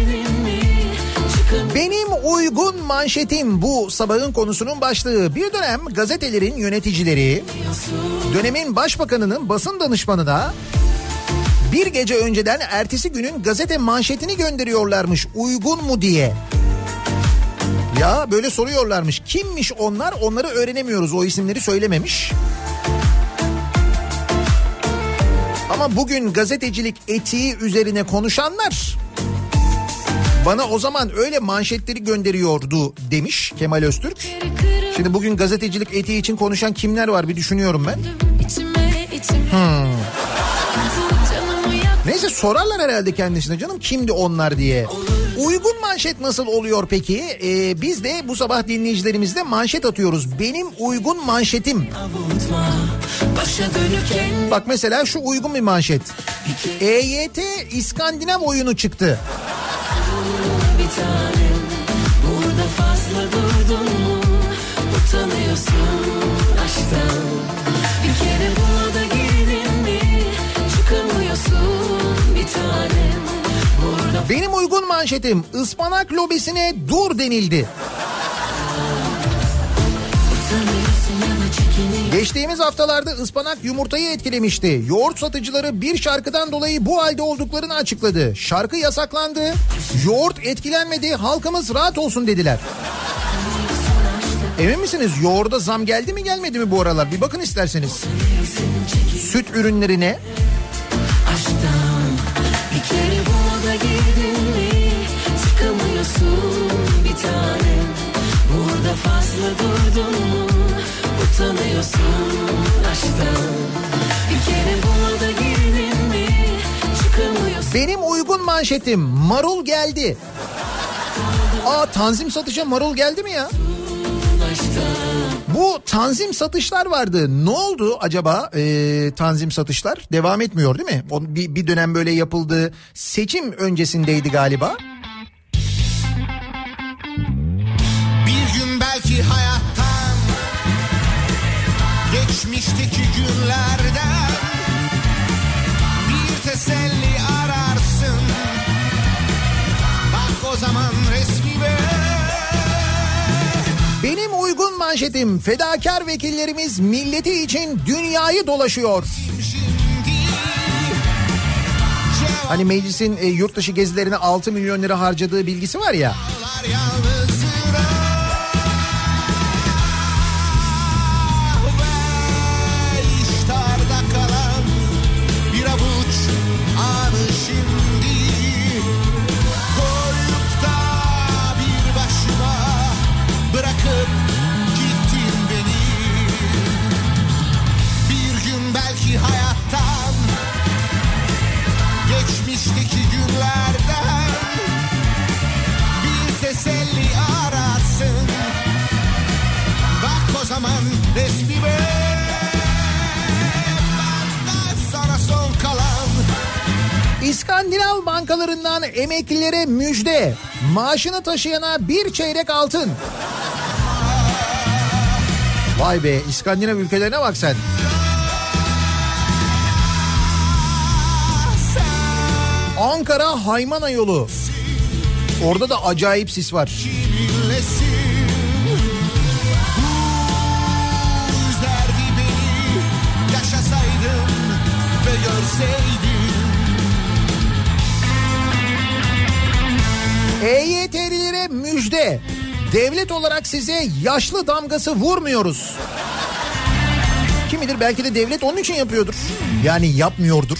Benim uygun manşetim bu sabahın konusunun başlığı. Bir dönem gazetelerin yöneticileri dönemin başbakanının basın danışmanına bir gece önceden ertesi günün gazete manşetini gönderiyorlarmış uygun mu diye. Ya böyle soruyorlarmış, kimmiş onlar, onları öğrenemiyoruz, o isimleri söylememiş. Ama bugün gazetecilik etiği üzerine konuşanlar bana o zaman öyle manşetleri gönderiyordu demiş Kemal Öztürk. Şimdi bugün gazetecilik etiği için konuşan kimler var bir düşünüyorum ben. Hmm. Neyse sorarlar herhalde kendisine, canım kimdi onlar diye. Uygun manşet nasıl oluyor peki? Ee, biz de bu sabah dinleyicilerimizle manşet atıyoruz. Benim uygun manşetim. Bak mesela şu uygun bir manşet. E Y T İskandinav oyunu çıktı. Bir tanem, burada fazla durdun mu? Utanıyorsun aşktan. Bir kere buna da girdin mi? Çıkamıyorsun bir tanem. Burada Benim uygun manşetim ıspanak lobisine dur denildi. Geçtiğimiz haftalarda ıspanak yumurtayı etkilemişti. Yoğurt satıcıları bir şarkıdan dolayı bu halde olduklarını açıkladı. Şarkı yasaklandı. Yoğurt etkilenmedi. Halkımız rahat olsun dediler. Emin misiniz? Yoğurda zam geldi mi gelmedi mi bu aralar? Bir bakın isterseniz. Süt ürünlerine. aşktan bir kere buna da girdin mi? Çıkamıyorsun bir tanem. Burada fazla durdun mu? Utanıyorsun aşktan. Bir kere buna da girdin mi? Çıkamıyorsun. Benim uygun manşetim marul geldi. Aa, tanzim satışa marul geldi mi ya? Bu tanzim satışlar vardı. Ne oldu acaba ee, tanzim satışlar? Devam etmiyor değil mi? O bir, bir dönem böyle yapıldı. Seçim öncesindeydi galiba. Bir gün belki hayattan, geçmişteki günlerden bir teselli ararsın. Bak o zaman resmime. Benim uygun manşetim fedakar vekillerimiz milleti için dünyayı dolaşıyor. Hani meclisin e, yurt dışı gezilerine altı milyon lira harcadığı bilgisi var ya. Bırakıp gittin beni. Bir gün belki hayattan, geçmişteki günlerden bir teselli ararsın. Bak o zaman resmime, benden sana son kalan. İskandinav bankalarından emeklilere müjde. Maaşını taşıyana bir çeyrek altın. Vay be, İskandinav ülkelerine bak sen. Ankara Haymana yolu. Orada da acayip sis var. Yaşasaydın ve görseydin. E Y T'lilere müjde. Devlet olarak size yaşlı damgası vurmuyoruz. Kim bilir, belki de devlet onun için yapıyordur. Yani yapmıyordur.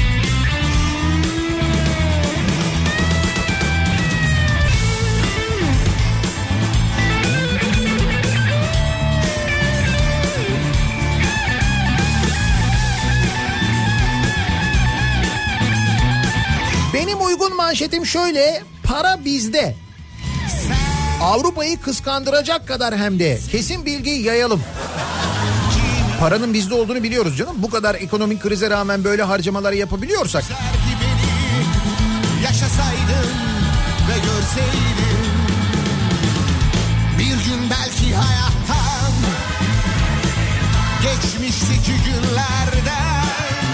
Benim uygun manşetim şöyle: para bizde. Avrupa'yı kıskandıracak kadar hem de. Kesin bilgi yayalım. Paranın bizde olduğunu biliyoruz canım. Bu kadar ekonomik krize rağmen böyle harcamalar yapabiliyorsak. Yaşasaydın ve görseydin. Bir gün belki hayattan, geçmişteki günlerden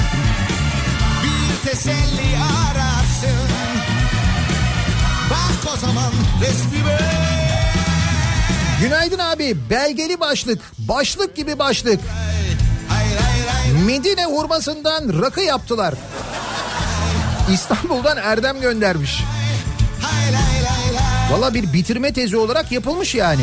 bir teselli ararsın. Bak o zaman resmime. Günaydın abi, belgeli başlık, başlık gibi başlık. Medine hurmasından rakı yaptılar. İstanbul'dan Erdem göndermiş. Valla bir bitirme tezi olarak yapılmış yani.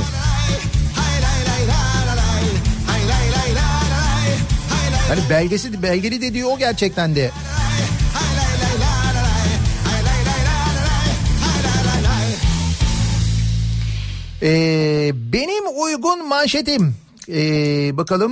Hani belgesi, belgeli dediği o gerçekten de. Ee, benim uygun manşetim. Ee, bakalım.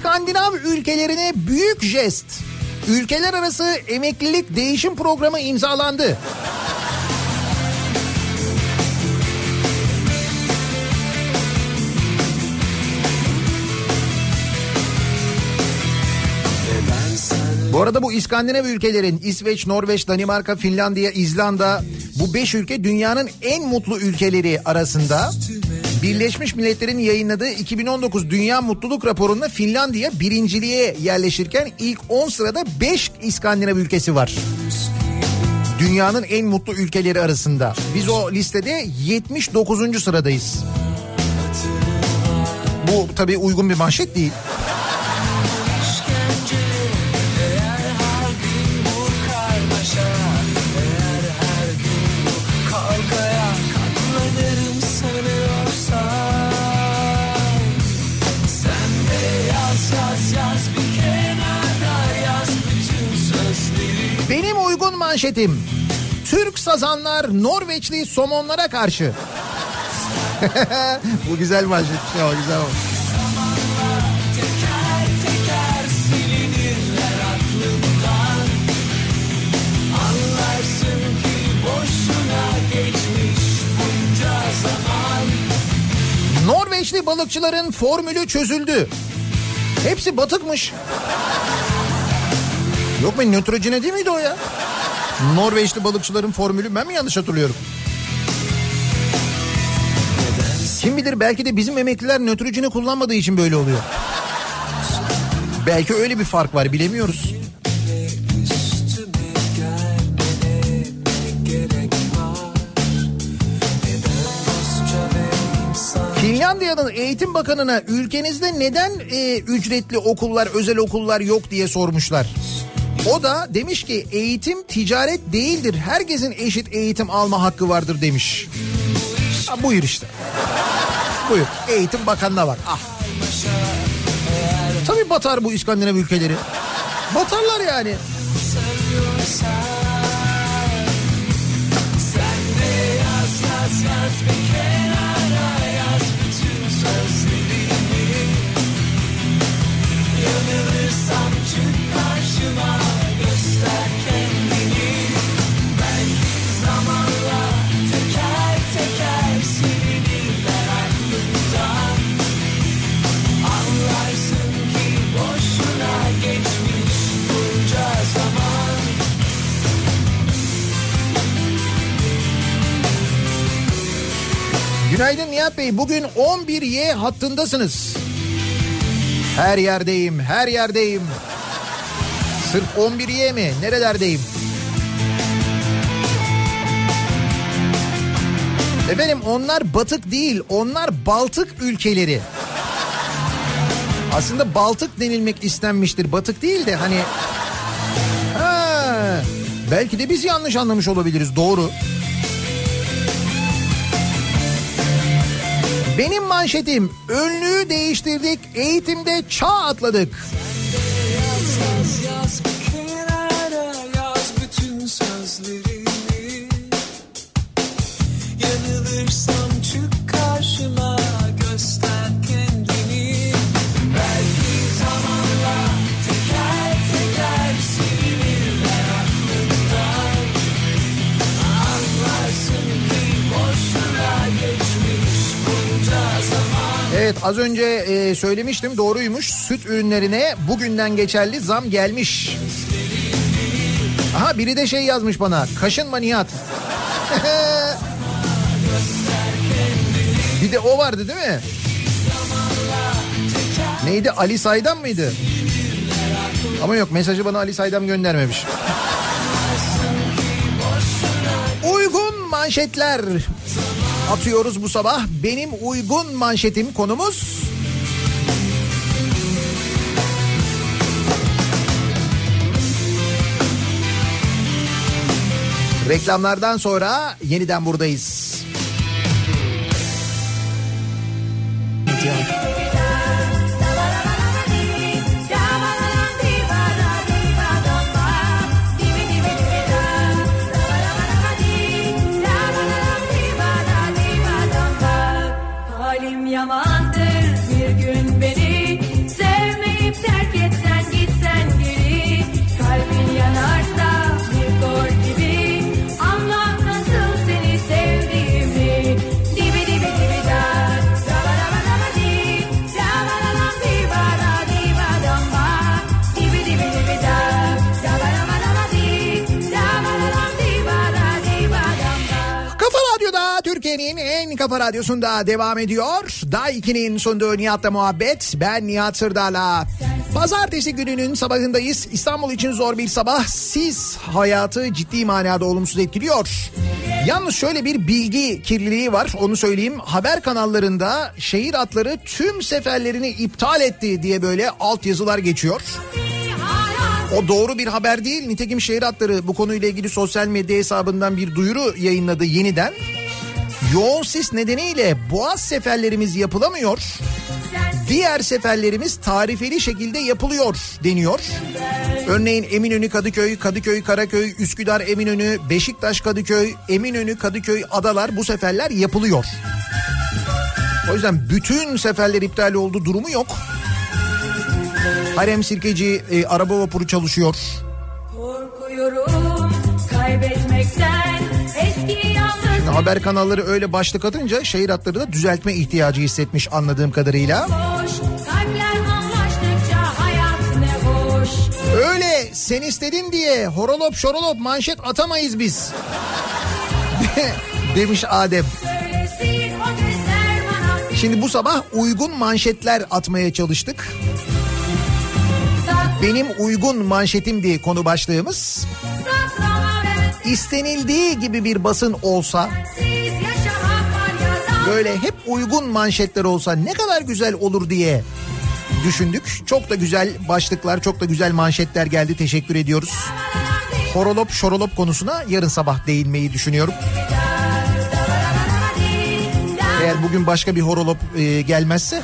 İskandinav ülkelerine büyük jest. Ülkeler arası emeklilik değişim programı imzalandı. Bu arada bu İskandinav ülkelerin İsveç, Norveç, Danimarka, Finlandiya, İzlanda, bu beş ülke dünyanın en mutlu ülkeleri arasında. Birleşmiş Milletler'in yayınladığı iki bin on dokuz Dünya Mutluluk Raporu'nda Finlandiya birinciliğe yerleşirken ilk on sırada beş İskandinav ülkesi var. Dünyanın en mutlu ülkeleri arasında. Biz o listede yetmiş dokuzuncu sıradayız. Bu tabii uygun bir manşet değil. Benim uygun manşetim: Türk sazanlar Norveçli somonlara karşı. Bu güzel manşet. Ya, güzel olmuş. Norveçli balıkçıların formülü çözüldü. Hepsi batıkmış. Yok mu, nötrojene değil miydi o ya? Norveçli balıkçıların formülü, ben mi yanlış hatırlıyorum? Kim bilir, belki de bizim emekliler nötrojeni kullanmadığı için böyle oluyor. Belki öyle bir fark var, bilemiyoruz. Finlandiya'nın Eğitim Bakanı'na ülkenizde neden e, ücretli okullar, özel okullar yok diye sormuşlar. O da demiş ki eğitim ticaret değildir. Herkesin eşit eğitim alma hakkı vardır demiş. Ha, buyur işte. Buyur. Eğitim Bakanı'na bak. Ah. Tabii batar bu İskandinav ülkeleri. Batarlar yani. Sen de yaz yaz yaz bir kenara yaz bütün sözlerimi. Yanılırsam çık karşıma, göster kendini. Belki zamanla teker teker silinirler aklımdan. Anlarsın ki boşuna geçmiş bunca zaman. Günaydın Nihat Bey, bugün on bir Y hattındasınız. Her yerdeyim, her yerdeyim. Sırf on bir Y mi? Nerelerdeyim? Efendim, onlar batık değil, onlar Baltık ülkeleri. Aslında Baltık denilmek istenmiştir, batık değil de hani... Ha, belki de biz yanlış anlamış olabiliriz, doğru. Benim manşetim: önlüğü değiştirdik, eğitimde çağ atladık. Yaz, yaz, yaz, bir kenara yaz bütün sözlerimi. Yanılırsam çık karşıma, göster kendini. Belki zamanla teker teker silinirler aklımdan. Anlarsın ki boşuna geçmiş bunca zaman. Evet, az önce e, söylemiştim, doğruymuş. Süt ürünlerine bugünden geçerli zam gelmiş. Aha, biri de şey yazmış bana: kaşınma Nihat. Bir de o vardı değil mi? Neydi, Ali Saydam mıydı? Ama yok, mesajı bana Ali Saydam göndermemiş. Uygun manşetler atıyoruz bu sabah. Benim uygun manşetim konumuz. Reklamlardan sonra yeniden buradayız. Halim yamandır, bir gün beni sevmeyip Radyo'da, Türkiye'nin en kafa radyosunda devam ediyor. Day iki'nin sunduğu Nihat'la muhabbet. Ben Nihat Sırdar'la. Pazartesi gününün sabahındayız. İstanbul için zor bir sabah. Sis hayatı ciddi manada olumsuz etkiliyor. Yalnız şöyle bir bilgi kirliliği var, onu söyleyeyim. Haber kanallarında şehir hatları tüm seferlerini iptal etti diye böyle altyazılar geçiyor. O doğru bir haber değil. Nitekim şehir hatları bu konuyla ilgili sosyal medya hesabından bir duyuru yayınladı yeniden. Yoğun sis nedeniyle Boğaz seferlerimiz yapılamıyor. Diğer seferlerimiz tarifeli şekilde yapılıyor deniyor. Örneğin Eminönü Kadıköy, Kadıköy Karaköy, Üsküdar Eminönü, Beşiktaş Kadıköy, Eminönü Kadıköy Adalar, bu seferler yapılıyor. O yüzden bütün seferler iptal olduğu durumu yok. Harem Sirkeci e, araba vapuru çalışıyor. Korkuyorum kaybetmekten eski yalnız. Haber kanalları öyle başlık atınca şehir hatları da düzeltme ihtiyacı hissetmiş anladığım kadarıyla. Boş, kalpler anlaştıkça hayat ne boş. Öyle sen istedin diye horolop şorolop manşet atamayız biz. Demiş Adem. Söylesin o gözler bana. Şimdi bu sabah uygun manşetler atmaya çalıştık. Benim uygun manşetim diye konu başlığımız. İstenildiği gibi bir basın olsa, böyle hep uygun manşetler olsa ne kadar güzel olur diye düşündük. Çok da güzel başlıklar, çok da güzel manşetler geldi. Teşekkür ediyoruz. Horolop şorolop konusuna yarın sabah değinmeyi düşünüyorum. Eğer bugün başka bir horolop e, gelmezse.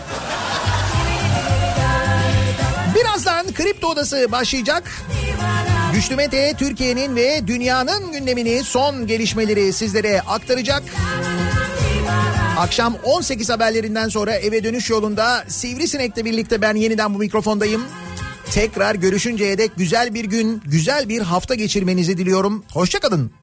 Birazdan Kripto Odası başlayacak. Güçlü Mete Türkiye'nin ve dünyanın gündemini, son gelişmeleri sizlere aktaracak. Akşam on sekiz haberlerinden sonra eve dönüş yolunda Sivrisinek'le birlikte ben yeniden bu mikrofondayım. Tekrar görüşünceye dek güzel bir gün, güzel bir hafta geçirmenizi diliyorum. Hoşça kalın.